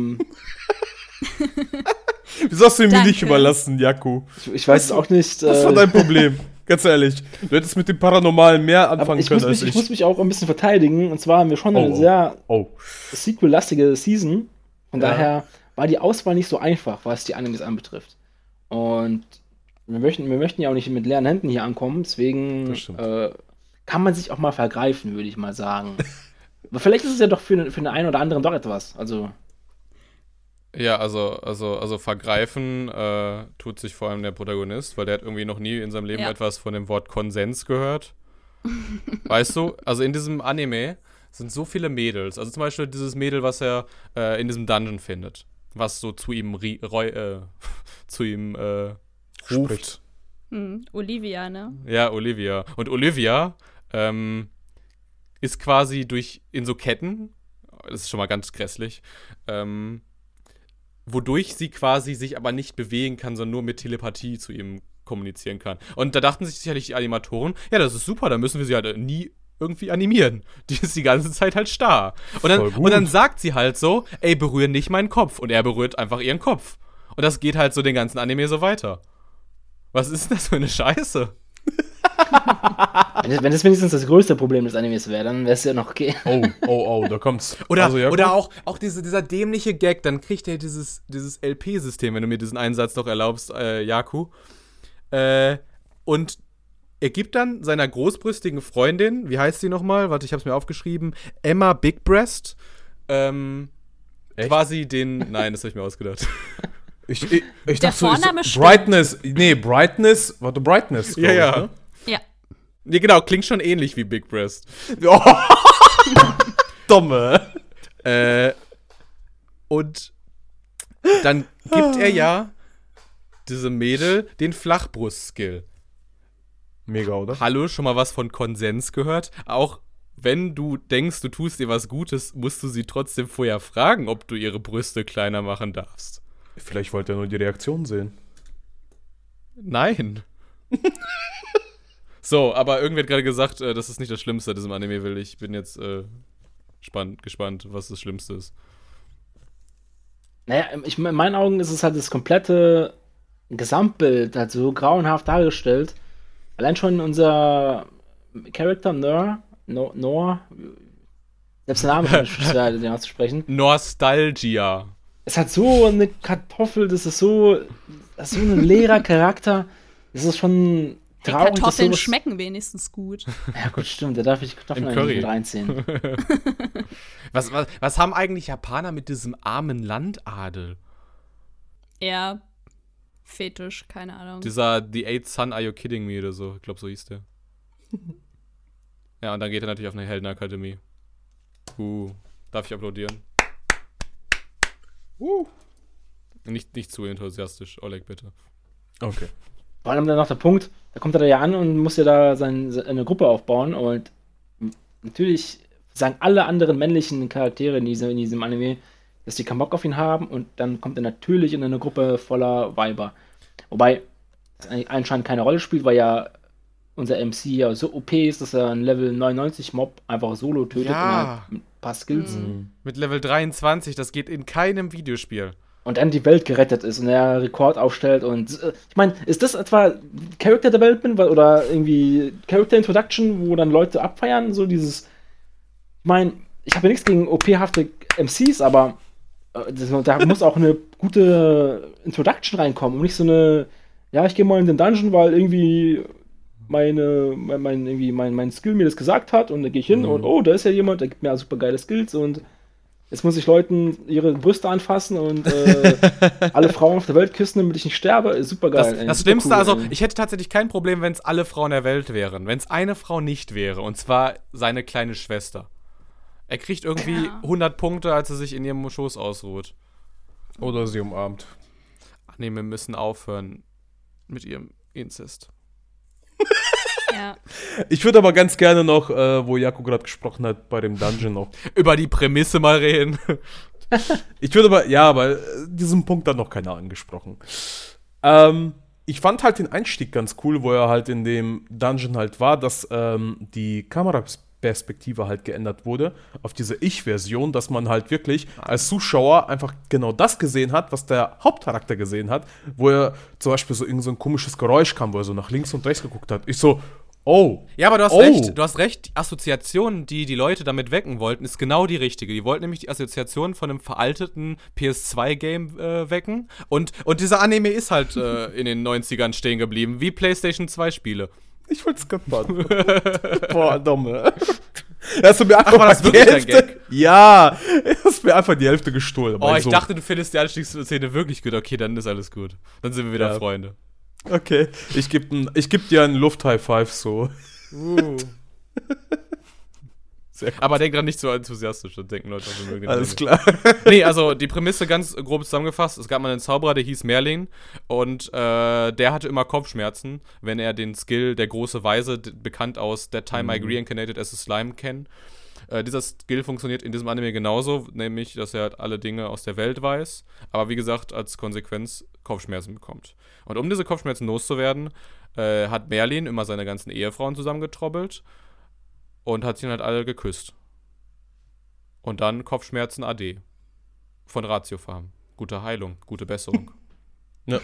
Wieso hast du ihn mir Danke. nicht überlassen, Jaku? Ich weiß es auch nicht. Was war dein Problem? Ganz ehrlich. Du hättest mit dem Paranormalen mehr aber anfangen ich können muss, als mich, ich. ich muss mich auch ein bisschen verteidigen. Und zwar haben wir schon eine sehr Oh. Sequel-lastige Season. Von Ja. daher war die Auswahl nicht so einfach, was die Animes anbetrifft. Und wir möchten ja auch nicht mit leeren Händen hier ankommen. Deswegen Das stimmt. kann man sich auch mal vergreifen, würde ich mal sagen. Aber vielleicht ist es ja doch für den einen oder anderen doch etwas. Also, Ja, also vergreifen tut sich vor allem der Protagonist, weil der hat irgendwie noch nie in seinem Leben Ja. etwas von dem Wort Konsens gehört. Weißt du? Also in diesem Anime sind so viele Mädels. Also zum Beispiel dieses Mädel, was er in diesem Dungeon findet. Was so zu ihm ruft. Olivia, ne? Ja, Olivia. Und Olivia ist quasi in so Ketten, das ist schon mal ganz grässlich, wodurch sie quasi sich aber nicht bewegen kann, sondern nur mit Telepathie zu ihm kommunizieren kann. Und da dachten sich sicherlich die Animatoren, ja, das ist super, da müssen wir sie halt nie irgendwie animieren. Die ist die ganze Zeit halt starr. Voll gut. Und dann sagt sie halt so, ey, berühr nicht meinen Kopf. Und er berührt einfach ihren Kopf. Und das geht halt so den ganzen Anime so weiter. Was ist denn das für eine Scheiße? wenn das wenigstens das größte Problem des Animes wäre, dann wäre es ja noch okay. Oh, da kommt's. Oder, Also, Jaku? oder auch dieser dämliche Gag, dann kriegt er dieses LP-System, wenn du mir diesen Einsatz noch erlaubst, Jaku. Und er gibt dann seiner großbrüstigen Freundin, wie heißt sie nochmal? Warte, ich hab's mir aufgeschrieben. Emma Big Breast. Echt? Quasi nein, das hab ich mir ausgedacht. Ich Der dachte so, Vorname stimmt. Brightness, warte, Brightness. glaub ich, Ja. ne? Ja. Nee, genau, klingt schon ähnlich wie Big Breast. Dumme. Und dann gibt er ja diesem Mädel den Flachbrust-Skill. Mega, oder? Hallo, schon mal was von Konsens gehört? Auch wenn du denkst, du tust ihr was Gutes, musst du sie trotzdem vorher fragen, ob du ihre Brüste kleiner machen darfst. Vielleicht wollte er nur die Reaktion sehen. Nein. So, aber irgendwer hat gerade gesagt, das ist nicht das Schlimmste an diesem Anime will. Ich bin jetzt gespannt, was das Schlimmste ist. Naja, in meinen Augen ist es halt das komplette Gesamtbild halt so grauenhaft dargestellt. Allein schon unser Charakter Nor, selbst der Name ist schwer, den auszusprechen. Nostalgia. Es hat so eine Kartoffel, das ist so ein leerer Charakter. Das ist schon Die traurig. dass Kartoffeln sowas- schmecken wenigstens gut. Ja gut, stimmt, da darf ich Kartoffeln Im eigentlich Curry. mit reinziehen. Was haben eigentlich Japaner mit diesem armen Landadel? Ja. Fetisch, keine Ahnung. Dieser The Eighth Son, Are You Kidding Me oder so. Ich glaube, so hieß der. Ja, und dann geht er natürlich auf eine Heldenakademie. Darf ich applaudieren? Nicht zu enthusiastisch, Oleg, bitte. Okay. Vor allem dann noch der Punkt, da kommt er da ja an und muss ja da eine Gruppe aufbauen und natürlich sagen alle anderen männlichen Charaktere in diesem Anime, dass die keinen Bock auf ihn haben und dann kommt er natürlich in eine Gruppe voller Weiber. Wobei das eigentlich anscheinend keine Rolle spielt, weil ja unser MC ja so OP ist, dass er einen Level 99 Mob einfach solo tötet Ja. und halt mit ein paar Skills Mit Level 23, das geht in keinem Videospiel. und dann die Welt gerettet ist und er Rekord aufstellt und ich meine, ist das etwa Character Development oder irgendwie Character Introduction, wo dann Leute abfeiern, so dieses, ich meine, ich habe ja nichts gegen OP-hafte MCs, aber Da muss auch eine gute Introduction reinkommen und nicht so eine, ja, ich gehe mal in den Dungeon, weil irgendwie mein Skill mir das gesagt hat und da gehe ich hin und oh, da ist ja jemand, der gibt mir super geile Skills und jetzt muss ich Leuten ihre Brüste anfassen und alle Frauen auf der Welt küssen, damit ich nicht sterbe. Ist super geil. Das Schlimmste, cool, also ich hätte tatsächlich kein Problem, wenn es alle Frauen der Welt wären. Wenn es eine Frau nicht wäre, und zwar seine kleine Schwester. Er kriegt irgendwie 100 Punkte, als er sich in ihrem Schoß ausruht. Oder sie umarmt. Anime müssen aufhören mit ihrem Inzest. Ja. Ich würde aber ganz gerne noch, wo Jaco gerade gesprochen hat, bei dem Dungeon noch. Über die Prämisse mal reden. Ich würde aber diesen Punkt hat noch keiner angesprochen. Ich fand halt den Einstieg ganz cool, wo er halt in dem Dungeon halt war, dass die Kameraperspektive halt geändert wurde auf diese Ich-Version, dass man halt wirklich als Zuschauer einfach genau das gesehen hat, was der Hauptcharakter gesehen hat, wo er zum Beispiel so irgend so ein komisches Geräusch kam, wo er so nach links und rechts geguckt hat. Ich so, oh. Ja, aber du hast recht, die Assoziation, die die Leute damit wecken wollten, ist genau die richtige. Die wollten nämlich die Assoziation von einem veralteten PS2-Game wecken und dieser Anime ist halt in den 90ern stehen geblieben, wie PlayStation 2-Spiele. Ich wollte es gerade machen. Boah, dumme. Hast du mir einfach war das die wirklich Hälfte? dein Gag? Ja, hast mir einfach die Hälfte gestohlen. Oh, ich dachte, du findest die Anstiegsszene wirklich gut. Okay, dann ist alles gut. Dann sind wir wieder Freunde. Okay, ich geb dir einen Luft-High-Five so. Aber denk dran, nicht so enthusiastisch, dann denken Leute, wir mögen den Alles Anime. klar. Nee, also die Prämisse ganz grob zusammengefasst, es gab mal einen Zauberer, der hieß Merlin und der hatte immer Kopfschmerzen, wenn er den Skill der große Weise, bekannt aus That Time I Reincarnated as a Slime, kennt. Dieser Skill funktioniert in diesem Anime genauso, nämlich, dass er halt alle Dinge aus der Welt weiß, aber wie gesagt, als Konsequenz Kopfschmerzen bekommt. Und um diese Kopfschmerzen loszuwerden, hat Merlin immer seine ganzen Ehefrauen zusammengetrobbelt und hat sie dann halt alle geküsst. Und dann Kopfschmerzen AD. Von Ratio Farm. Gute Heilung, gute Besserung. Ja.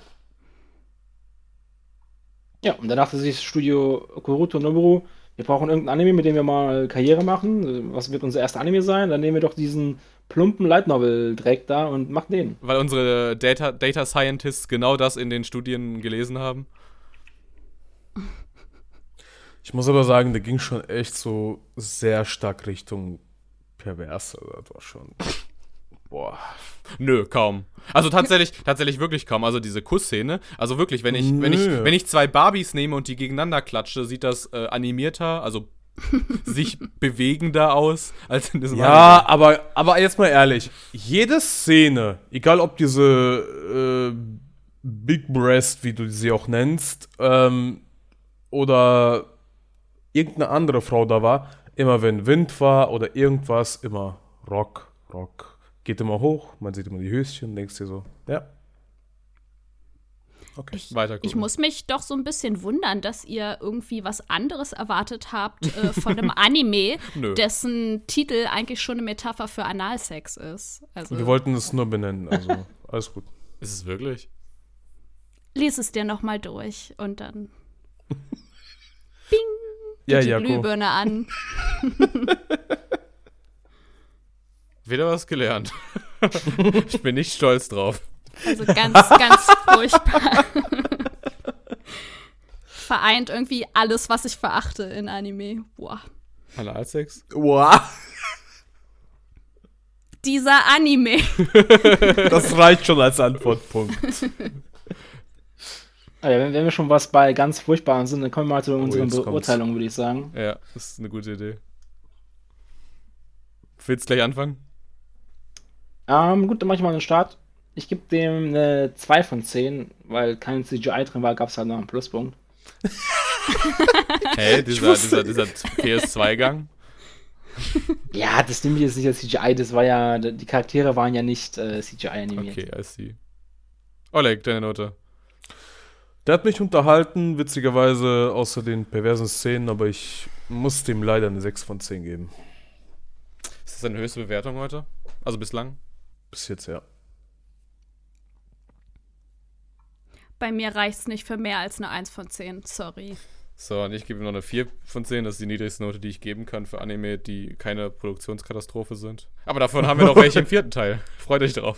Ja, und danach dachte sich das Studio Kuruto Noboru, wir brauchen irgendein Anime, mit dem wir mal Karriere machen. Was wird unser erster Anime sein? Dann nehmen wir doch diesen plumpen Light Novel Dreck da und machen den. Weil unsere Data Scientists genau das in den Studien gelesen haben. Ich muss aber sagen, der ging schon echt so sehr stark Richtung pervers. Also das war schon. Boah. Nö, kaum. Also tatsächlich wirklich kaum. Also diese Kussszene. Also wirklich, wenn ich zwei Barbies nehme und die gegeneinander klatsche, sieht das animierter, also sich bewegender aus als in diesem Ja, aber jetzt mal ehrlich. Jede Szene, egal ob diese Big Breast, wie du sie auch nennst, oder irgendeine andere Frau da war, immer wenn Wind war oder irgendwas, immer Rock. Geht immer hoch, man sieht immer die Höschen, denkst dir so, ja. Okay, weiter gucken. Ich muss mich doch so ein bisschen wundern, dass ihr irgendwie was anderes erwartet habt von einem Anime, dessen Titel eigentlich schon eine Metapher für Analsex ist. Also, wir wollten es nur benennen, also alles gut. Ist es wirklich? Lies es dir noch mal durch und dann bing, Ja, die Jaco. Glühbirne an. Wieder was gelernt. Ich bin nicht stolz drauf. Also ganz furchtbar. Vereint irgendwie alles, was ich verachte in Anime. Boah. Analsex? Wow. Dieser Anime. Das reicht schon als Antwortpunkt. Aber wenn wir schon was bei ganz Furchtbaren sind, dann kommen wir mal zu unseren jetzt kommt's. Beurteilungen, würde ich sagen. Ja, das ist eine gute Idee. Willst du gleich anfangen? Gut, dann mache ich mal einen Start. Ich gebe dem eine 2 von 10, weil kein CGI drin war, gab es halt noch einen Pluspunkt. Hey, dieser PS2-Gang? Ja, das nehme ich jetzt nicht als CGI, das war ja, die Charaktere waren ja nicht CGI animiert. Okay, I see. Oleg, deine Note. Der hat mich unterhalten, witzigerweise, außer den perversen Szenen, aber ich muss dem leider eine 6 von 10 geben. Ist das deine höchste Bewertung heute? Also bislang? Bis jetzt, ja. Bei mir reicht es nicht für mehr als eine 1 von 10. Sorry. So, und ich gebe ihm noch eine 4 von 10. Das ist die niedrigste Note, die ich geben kann für Anime, die keine Produktionskatastrophe sind. Aber davon haben wir noch welche im 4. Teil. Freut euch drauf.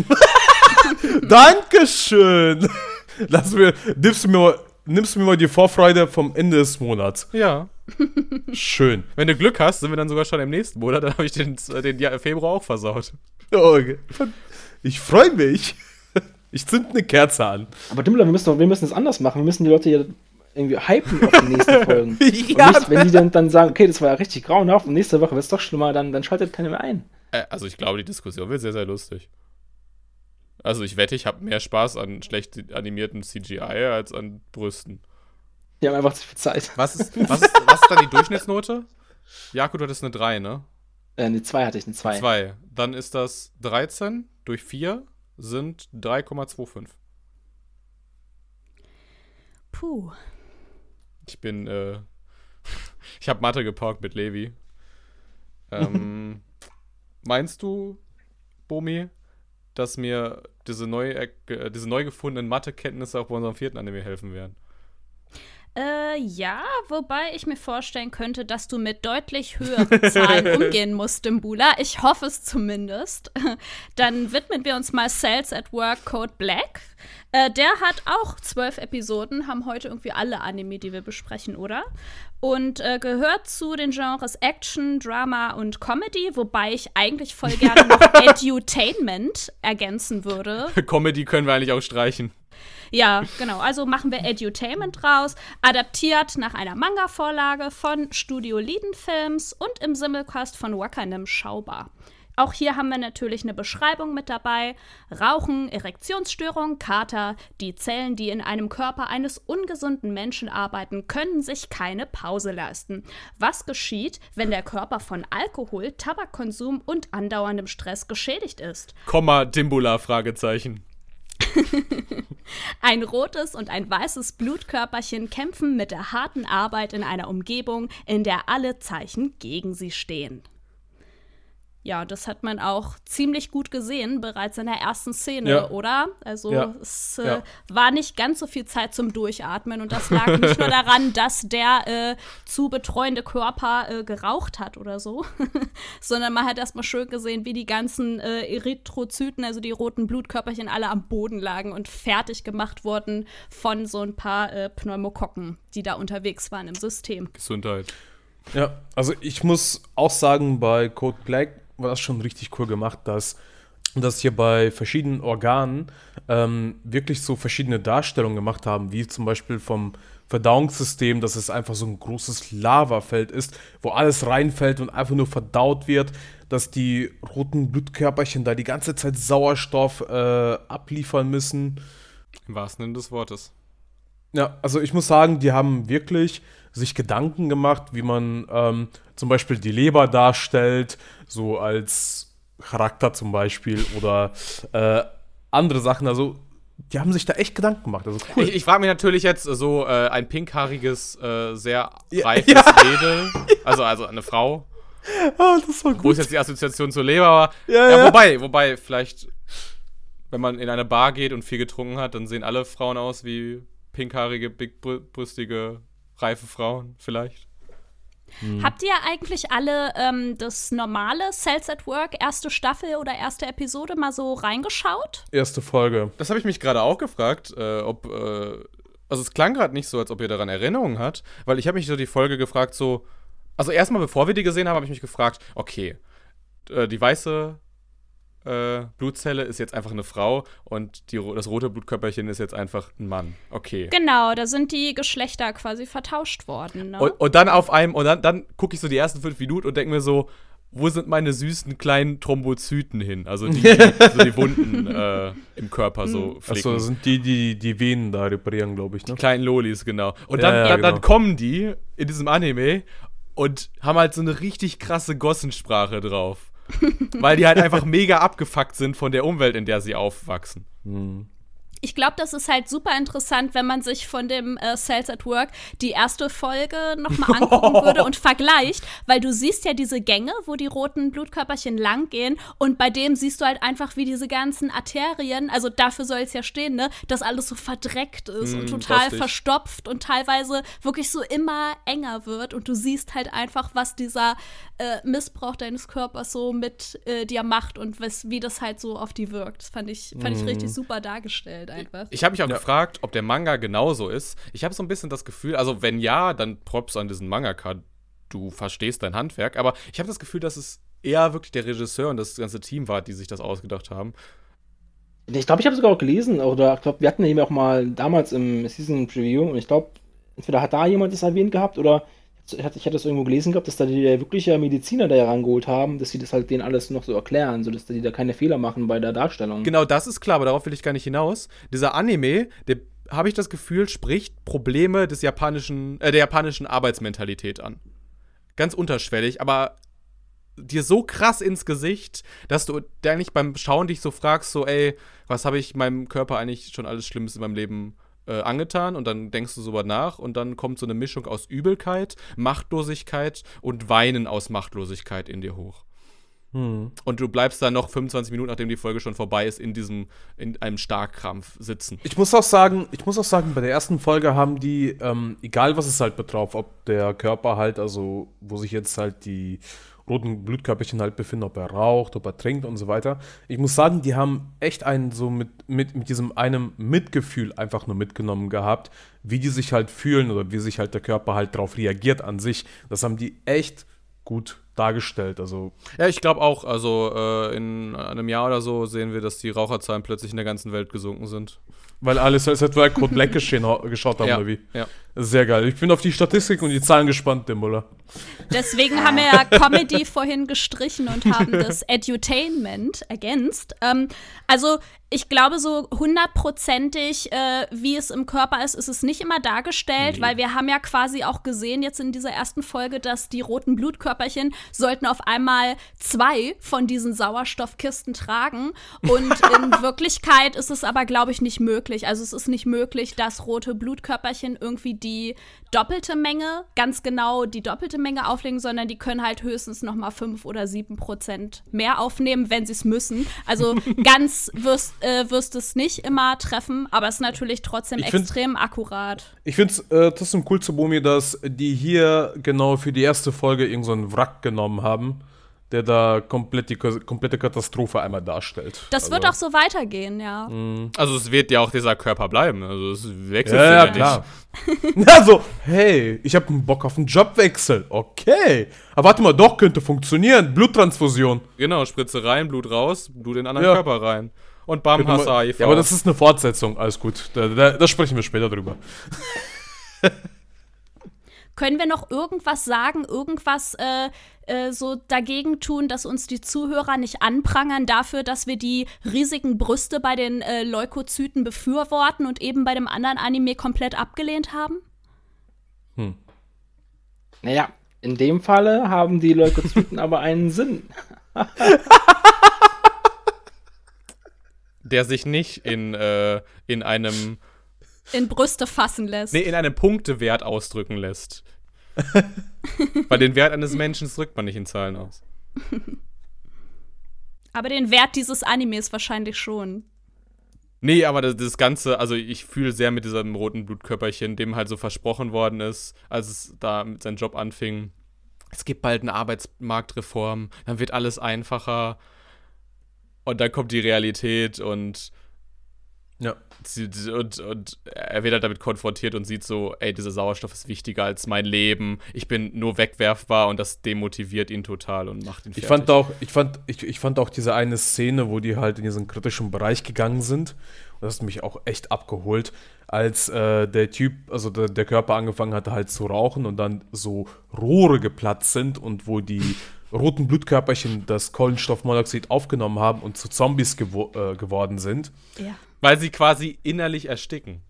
Dankeschön! Nimmst du mir mal die Vorfreude vom Ende des Monats. Ja. Schön. Wenn du Glück hast, sind wir dann sogar schon im nächsten Monat. Dann habe ich den Februar auch versaut. Okay. Ich freue mich. Ich zünd eine Kerze an. Aber Dimmler, wir müssen es anders machen. Wir müssen die Leute hier irgendwie hypen auf die nächsten Folgen. Ja. Und nicht, wenn die dann sagen, okay, das war ja richtig grauenhaft und nächste Woche wird es doch schlimmer, dann schaltet keiner mehr ein. Also ich glaube, die Diskussion wird sehr, sehr lustig. Also ich wette, ich habe mehr Spaß an schlecht animierten CGI als an Brüsten. Die haben einfach zu viel Zeit. Was ist dann die Durchschnittsnote? Jakob, du hattest eine 3, ne? Eine 2 hatte ich, eine 2. 2. Dann ist das 13 durch 4 sind 3,25. Puh. Ich bin, ich habe Mathe geparkt mit Levi. Meinst du, Bomi, dass mir diese neu gefundenen Mathekenntnisse auch bei unserem 4. Anime helfen werden? Ja, wobei ich mir vorstellen könnte, dass du mit deutlich höheren Zahlen umgehen musst, Dimbula. Ich hoffe es zumindest. Dann widmen wir uns mal Cells at Work Code Black. Der hat auch 12 Episoden, haben heute irgendwie alle Anime, die wir besprechen, oder? Und gehört zu den Genres Action, Drama und Comedy, wobei ich eigentlich voll gerne noch Edutainment ergänzen würde. Comedy können wir eigentlich auch streichen. Ja, genau. Also machen wir Edutainment raus. Adaptiert nach einer Manga-Vorlage von Studio Liden Films und im Simulcast von Wakanim Schaubar. Auch hier haben wir natürlich eine Beschreibung mit dabei. Rauchen, Erektionsstörung, Kater. Die Zellen, die in einem Körper eines ungesunden Menschen arbeiten, können sich keine Pause leisten. Was geschieht, wenn der Körper von Alkohol, Tabakkonsum und andauerndem Stress geschädigt ist? Komma, Dimbula, Fragezeichen. Ein rotes und ein weißes Blutkörperchen kämpfen mit der harten Arbeit in einer Umgebung, in der alle Zeichen gegen sie stehen. Ja, das hat man auch ziemlich gut gesehen, bereits in der ersten Szene, Ja. oder? Also Ja. es Ja. war nicht ganz so viel Zeit zum Durchatmen und das lag nicht nur daran, dass der zu betreuende Körper geraucht hat oder so, sondern man hat erstmal schön gesehen, wie die ganzen Erythrozyten, also die roten Blutkörperchen, alle am Boden lagen und fertig gemacht wurden von so ein paar Pneumokokken, die da unterwegs waren im System. Gesundheit. Ja, also ich muss auch sagen, bei Code Black war das schon richtig cool gemacht, dass hier bei verschiedenen Organen wirklich so verschiedene Darstellungen gemacht haben, wie zum Beispiel vom Verdauungssystem, dass es einfach so ein großes Lavafeld ist, wo alles reinfällt und einfach nur verdaut wird, dass die roten Blutkörperchen da die ganze Zeit Sauerstoff abliefern müssen. Im wahrsten Sinne des Wortes. Ja, also ich muss sagen, die haben wirklich sich Gedanken gemacht, wie man zum Beispiel die Leber darstellt, so als Charakter zum Beispiel oder andere Sachen. Also die haben sich da echt Gedanken gemacht. Also cool. Ich frage mich natürlich jetzt so ein pinkhaariges, sehr Ja. reifes Ja. Mädel, also eine Frau. Das war Wo ist jetzt die Assoziation zur Leber? Aber, Ja. Wobei, vielleicht, wenn man in eine Bar geht und viel getrunken hat, dann sehen alle Frauen aus wie pinkhaarige, bigbrüstige, reife Frauen, vielleicht. Habt ihr eigentlich alle das normale Cells at Work, erste Staffel oder erste Episode mal so reingeschaut? Erste Folge. Das habe ich mich gerade auch gefragt, also es klang gerade nicht so, als ob ihr daran Erinnerungen habt, weil ich habe mich so die Folge gefragt, so, also erstmal, bevor wir die gesehen haben, habe ich mich gefragt, okay, die weiße Blutzelle ist jetzt einfach eine Frau und das rote Blutkörperchen ist jetzt einfach ein Mann. Okay. Genau, da sind die Geschlechter quasi vertauscht worden. Ne? Und dann dann gucke ich so die ersten 5 Minuten und denke mir so, wo sind meine süßen kleinen Thrombozyten hin? Also die Wunden im Körper so flicken. Achso, das sind die Venen da reparieren, glaube ich, ne? Kleinen Lolis, genau. Und Ja, dann genau. kommen die in diesem Anime und haben halt so eine richtig krasse Gossensprache drauf. Weil die halt einfach mega abgefuckt sind von der Umwelt, in der sie aufwachsen. Ich glaube, das ist halt super interessant, wenn man sich von dem Cells at Work die erste Folge nochmal angucken würde und vergleicht, weil du siehst ja diese Gänge, wo die roten Blutkörperchen lang gehen und bei dem siehst du halt einfach, wie diese ganzen Arterien, also dafür soll es ja stehen, ne, dass alles so verdreckt ist und total verstopft und teilweise wirklich so immer enger wird und du siehst halt einfach, was dieser Missbrauch deines Körpers so mit dir macht und wie das halt so auf die wirkt. Das fand ich richtig super dargestellt einfach. Ich habe mich auch gefragt, ob der Manga genauso ist. Ich habe so ein bisschen das Gefühl, also wenn ja, dann Props an diesen Mangaka, du verstehst dein Handwerk, aber ich habe das Gefühl, dass es eher wirklich der Regisseur und das ganze Team war, die sich das ausgedacht haben. Ich glaube, ich habe sogar auch gelesen, oder ich glaube, wir hatten eben auch mal damals im Season Preview, und ich glaube, entweder hat da jemand das erwähnt gehabt, oder ich hatte das irgendwo gelesen gehabt, dass da die wirkliche Mediziner da herangeholt haben, dass sie das halt denen alles noch so erklären, sodass die da keine Fehler machen bei der Darstellung. Genau, das ist klar, aber darauf will ich gar nicht hinaus. Dieser Anime, der, habe ich das Gefühl, spricht Probleme der japanischen Arbeitsmentalität an. Ganz unterschwellig, aber dir so krass ins Gesicht, dass du eigentlich beim Schauen dich so fragst, so, ey, was habe ich meinem Körper eigentlich schon alles Schlimmes in meinem Leben angetan? Und dann denkst du so nach und dann kommt so eine Mischung aus Übelkeit, Machtlosigkeit und Weinen aus Machtlosigkeit in dir hoch. Und du bleibst dann noch 25 Minuten, nachdem die Folge schon vorbei ist, in einem Starkkrampf sitzen. Ich muss auch sagen, bei der ersten Folge haben die, egal was es halt betraf, ob der Körper halt, also wo sich jetzt halt die roten Blutkörperchen halt befinden, ob er raucht, ob er trinkt und so weiter. Ich muss sagen, die haben echt einen so mit diesem einem Mitgefühl einfach nur mitgenommen gehabt, wie die sich halt fühlen oder wie sich halt der Körper halt drauf reagiert an sich. Das haben die echt gut dargestellt. Also ja, ich glaube auch, also in einem Jahr oder so sehen wir, dass die Raucherzahlen plötzlich in der ganzen Welt gesunken sind. Weil alles als etwa Code Black geschaut haben, oder wie? Ja. Sehr geil. Ich bin auf die Statistik und die Zahlen gespannt, Dimmuller. Deswegen haben wir ja Comedy vorhin gestrichen und haben das Edutainment ergänzt. Also ich glaube, so 100%ig, wie es im Körper ist, ist es nicht immer dargestellt, weil wir haben ja quasi auch gesehen jetzt in dieser ersten Folge, dass die roten Blutkörperchen sollten auf einmal 2 von diesen Sauerstoffkisten tragen und in Wirklichkeit ist es aber, glaube ich, nicht möglich. Also es ist nicht möglich, dass rote Blutkörperchen irgendwie die doppelte Menge, ganz genau die doppelte Menge auflegen, sondern die können halt höchstens noch mal 5 oder 7% mehr aufnehmen, wenn sie es müssen. Also ganz wirst es nicht immer treffen, aber es ist natürlich trotzdem extrem akkurat. Ich finde es trotzdem cool zu Bomi, dass die hier genau für die erste Folge irgend so einen Wrack genommen haben, der da die komplette Katastrophe einmal darstellt. Das wird auch so weitergehen, ja. Also es wird ja auch dieser Körper bleiben, also es wechselt Ja, nicht. klar. Also, hey, ich habe einen Bock auf einen Jobwechsel. Okay. Aber warte mal, doch, könnte funktionieren. Bluttransfusion. Genau, Spritze rein, Blut raus, Blut in den anderen Körper rein. Und bam, hast du HIV. Ja, aber das ist eine Fortsetzung, alles gut. Da sprechen wir später drüber. Können wir noch irgendwas sagen, irgendwas so dagegen tun, dass uns die Zuhörer nicht anprangern dafür, dass wir die riesigen Brüste bei den Leukozyten befürworten und eben bei dem anderen Anime komplett abgelehnt haben? Naja, in dem Falle haben die Leukozyten aber einen Sinn. Der sich nicht in einem in Brüste fassen lässt. Nee, in einem Punktewert ausdrücken lässt. Weil den Wert eines Menschen drückt man nicht in Zahlen aus. Aber den Wert dieses Animes wahrscheinlich schon. Nee, aber das Ganze, also ich fühle sehr mit diesem roten Blutkörperchen, dem halt so versprochen worden ist, als es da mit seinem Job anfing. Es gibt bald eine Arbeitsmarktreform, dann wird alles einfacher. Und dann kommt die Realität und Ja. Und er wird halt damit konfrontiert und sieht so, ey, dieser Sauerstoff ist wichtiger als mein Leben. Ich bin nur wegwerfbar und das demotiviert ihn total und macht ihn fertig. Ich fand auch diese eine Szene, wo die halt in diesen kritischen Bereich gegangen sind. Und das hat mich auch echt abgeholt, als der Typ, also der Körper angefangen hatte halt zu rauchen und dann so Rohre geplatzt sind und wo die roten Blutkörperchen das Kohlenstoffmonoxid aufgenommen haben und zu Zombies geworden sind. Ja. Weil sie quasi innerlich ersticken.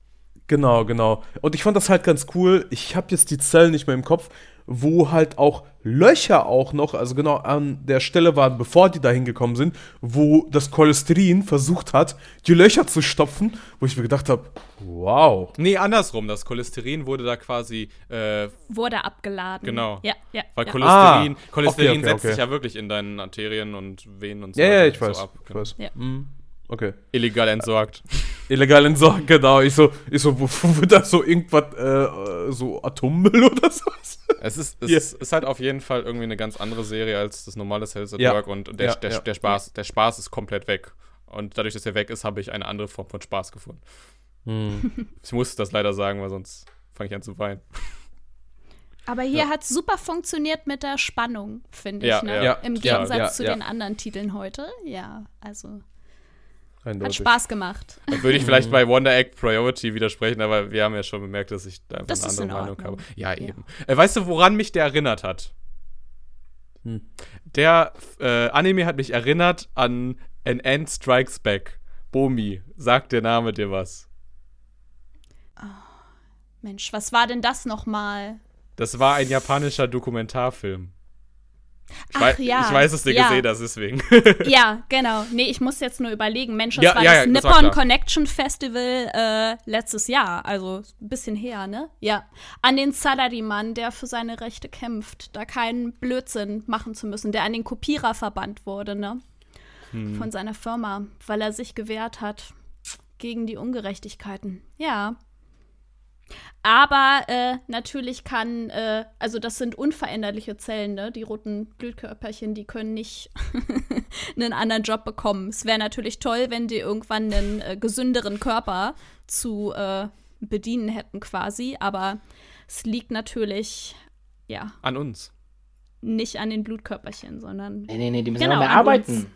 Genau. Und ich fand das halt ganz cool. Ich habe jetzt die Zellen nicht mehr im Kopf, wo halt auch Löcher auch noch, also genau an der Stelle waren, bevor die da hingekommen sind, wo das Cholesterin versucht hat, die Löcher zu stopfen, wo ich mir gedacht habe, wow. Nee, andersrum. Das Cholesterin wurde da quasi Wurde abgeladen. Genau. Ja. weil ja. Cholesterin okay. setzt sich ja wirklich in deinen Arterien und Venen und so Ja, weiter ich weiß. ab. Ich weiß. Ja. Okay. Illegal entsorgt. Illegal entsorgt, genau. Ich so, wo wird das so irgendwas, so Atommüll oder sowas? Es ist halt auf jeden Fall irgendwie eine ganz andere Serie als das normale Cells at Work und der Spaß ist komplett weg. Und dadurch, dass er weg ist, habe ich eine andere Form von Spaß gefunden. Ich muss das leider sagen, weil sonst fange ich an zu weinen. Aber hier hat es super funktioniert mit der Spannung, finde ich. Ja, Ne? ja. Im Ja, Gegensatz zu ja. den anderen Titeln heute. Ja, also hat Eindeutig. Spaß gemacht. Dann würde ich vielleicht bei Wonder Egg Priority widersprechen, aber wir haben ja schon bemerkt, dass ich da einfach Das eine ist andere in Meinung Ordnung. habe. Ja, eben. Weißt du, woran mich der erinnert hat? Hm. Der Anime hat mich erinnert an An Ant Strikes Back. Bomi, sagt der Name dir was? Mensch, was war denn das nochmal? Das war ein japanischer Dokumentarfilm. Ich weiß, dass du ja. gesehen hast, deswegen. Ja, genau. Nee, ich muss jetzt nur überlegen. Mensch, das Ja, war ja, das ja, das war Nippon klar. Connection Festival letztes Jahr. Also ein bisschen her, ne? Ja. An den Salaryman, der für seine Rechte kämpft, da keinen Blödsinn machen zu müssen, der an den Kopierer verbannt wurde, ne? Von seiner Firma, weil er sich gewehrt hat gegen die Ungerechtigkeiten. Ja. Aber natürlich kann, also das sind unveränderliche Zellen, ne? Die roten Blutkörperchen, die können nicht einen anderen Job bekommen. Es wäre natürlich toll, wenn die irgendwann einen gesünderen Körper zu bedienen hätten quasi, aber es liegt natürlich, ja, An uns. nicht an den Blutkörperchen, sondern Nee, die müssen Genau, noch mehr an arbeiten.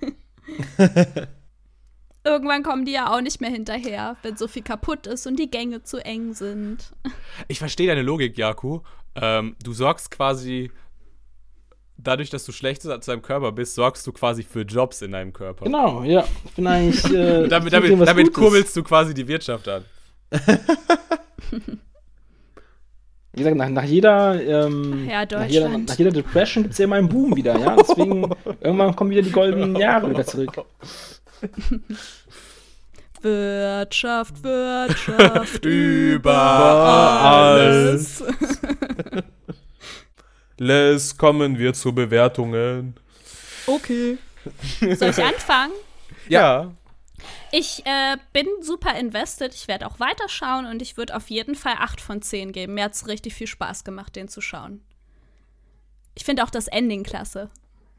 irgendwann kommen die ja auch nicht mehr hinterher, wenn so viel kaputt ist und die Gänge zu eng sind. Ich verstehe deine Logik, Jaku. Du sorgst quasi, dadurch, dass du schlecht zu deinem Körper bist, sorgst du quasi für Jobs in deinem Körper. Genau, ja. Ich bin eigentlich. Damit kurbelst du quasi die Wirtschaft an. Wie gesagt, nach jeder, Ja, Deutschland. nach jeder Depression gibt es ja immer einen Boom wieder, ja. Deswegen, irgendwann kommen wieder die goldenen Jahre wieder zurück. Wirtschaft, Über alles. Kommen wir zu Bewertungen. Okay. Soll ich anfangen? Ja. Ich bin super invested. Ich werde auch weiterschauen und ich würde auf jeden Fall 8 von 10 geben. Mir hat es richtig viel Spaß gemacht, den zu schauen. Ich finde auch das Ending klasse.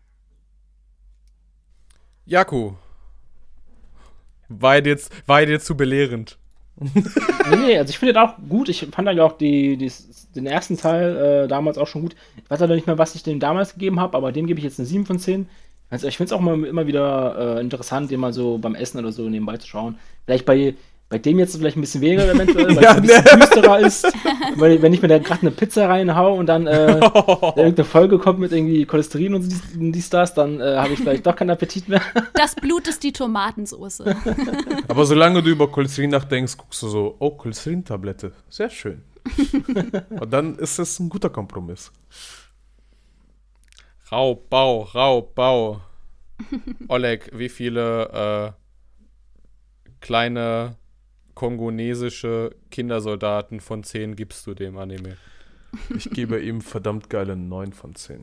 Jaku. War dir zu belehrend. Nee, also ich finde den auch gut. Ich fand ja auch den ersten Teil damals auch schon gut. Ich weiß leider nicht mehr, was ich dem damals gegeben habe, aber dem gebe ich jetzt eine 7 von 10. Also ich finde es auch immer wieder interessant, den mal so beim Essen oder so nebenbei zu schauen. Vielleicht bei dem jetzt vielleicht ein bisschen weniger eventuell, weil es ein bisschen düsterer ist. Weil wenn ich mir da gerade eine Pizza reinhau und dann irgendeine Folge kommt mit irgendwie Cholesterin und dies, das, dann habe ich vielleicht doch keinen Appetit mehr. Das Blut ist die Tomatensoße. Aber solange du über Cholesterin nachdenkst, guckst du so, oh, Cholesterin-Tablette. Sehr schön. Und dann ist es ein guter Kompromiss. Raubbau. Oleg, wie viele kleine kongonesische Kindersoldaten von 10 gibst du dem Anime? Ich gebe ihm verdammt geile 9 von 10.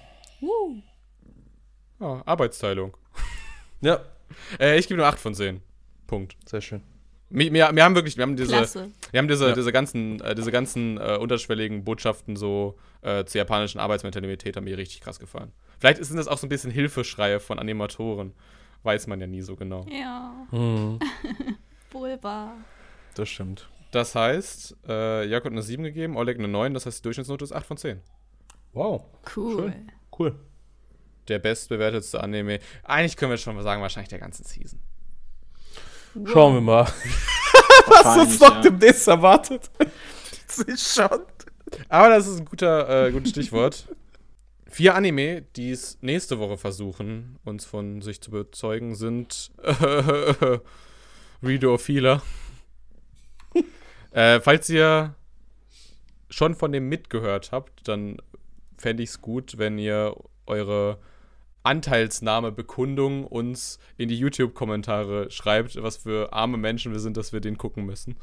Ja, Arbeitsteilung. Ja, Ich gebe nur 8 von 10. Punkt. sehr schön. Wir haben Klasse. diese ganzen unterschwelligen Botschaften so zur japanischen Arbeitsmentalität haben mir richtig krass gefallen. Vielleicht sind das auch so ein bisschen Hilfeschreie von Animatoren. Weiß man ja nie so genau. Ja, Mhm, wohl wahr. das stimmt. Das heißt, Jakob hat eine 7 gegeben, Oleg eine 9, das heißt, die Durchschnittsnote ist 8 von 10. Wow, Cool. cool. Der bestbewertetste Anime. Eigentlich können wir schon mal sagen, wahrscheinlich der ganzen Season. Schauen wir mal, was uns noch demnächst erwartet. Sie schon. Aber das ist ein gutes Stichwort. 4 Anime, die es nächste Woche versuchen, uns von sich zu bezeugen, sind Redo of Healer, Falls ihr schon von dem mitgehört habt, dann fände ich es gut, wenn ihr eure Anteilsnahmebekundung uns in die YouTube-Kommentare schreibt, was für arme Menschen wir sind, dass wir den gucken müssen.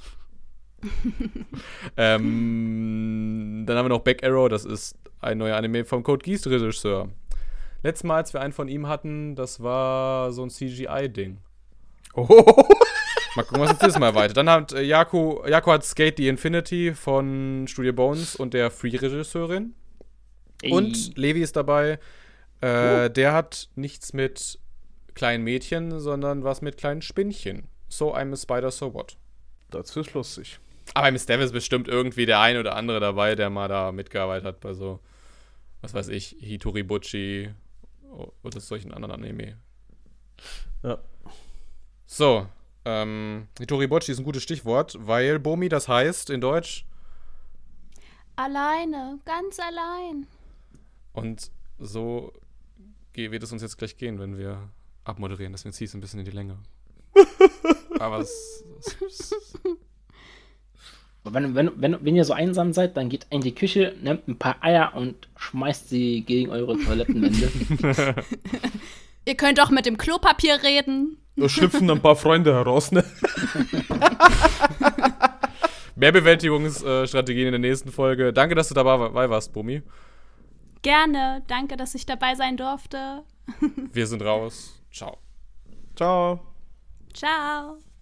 Dann haben wir noch Back Arrow, das ist ein neuer Anime vom Code Geass Regisseur. Letztes Mal, als wir einen von ihm hatten, das war so ein CGI-Ding. Oh. Mal gucken, was uns dieses Mal erweitert. Dann hat Jaco hat Skate the Infinity von Studio Bones und der Free-Regisseurin. Und Levi ist dabei. Der hat nichts mit kleinen Mädchen, sondern was mit kleinen Spinnchen. So I'm a Spider, so what? Das ist lustig. Aber im Staff ist bestimmt irgendwie der ein oder andere dabei, der mal da mitgearbeitet hat bei so, was weiß ich, Hitoribuchi oder solchen anderen Anime. Ja. So, Hitoribuchi ist ein gutes Stichwort, weil Bomi, das heißt in Deutsch Alleine, ganz allein. und so wird es uns jetzt gleich gehen, wenn wir abmoderieren. Deswegen ziehe ich es ein bisschen in die Länge. Aber wenn ihr so einsam seid, dann geht in die Küche, nehmt ein paar Eier und schmeißt sie gegen eure Toilettenwände. Ihr könnt auch mit dem Klopapier reden. Da schlüpfen ein paar Freunde heraus, ne? Mehr Bewältigungsstrategien in der nächsten Folge. Danke, dass du dabei warst, Bumi. Gerne. Danke, dass ich dabei sein durfte. Wir sind raus. Ciao. Ciao. Ciao.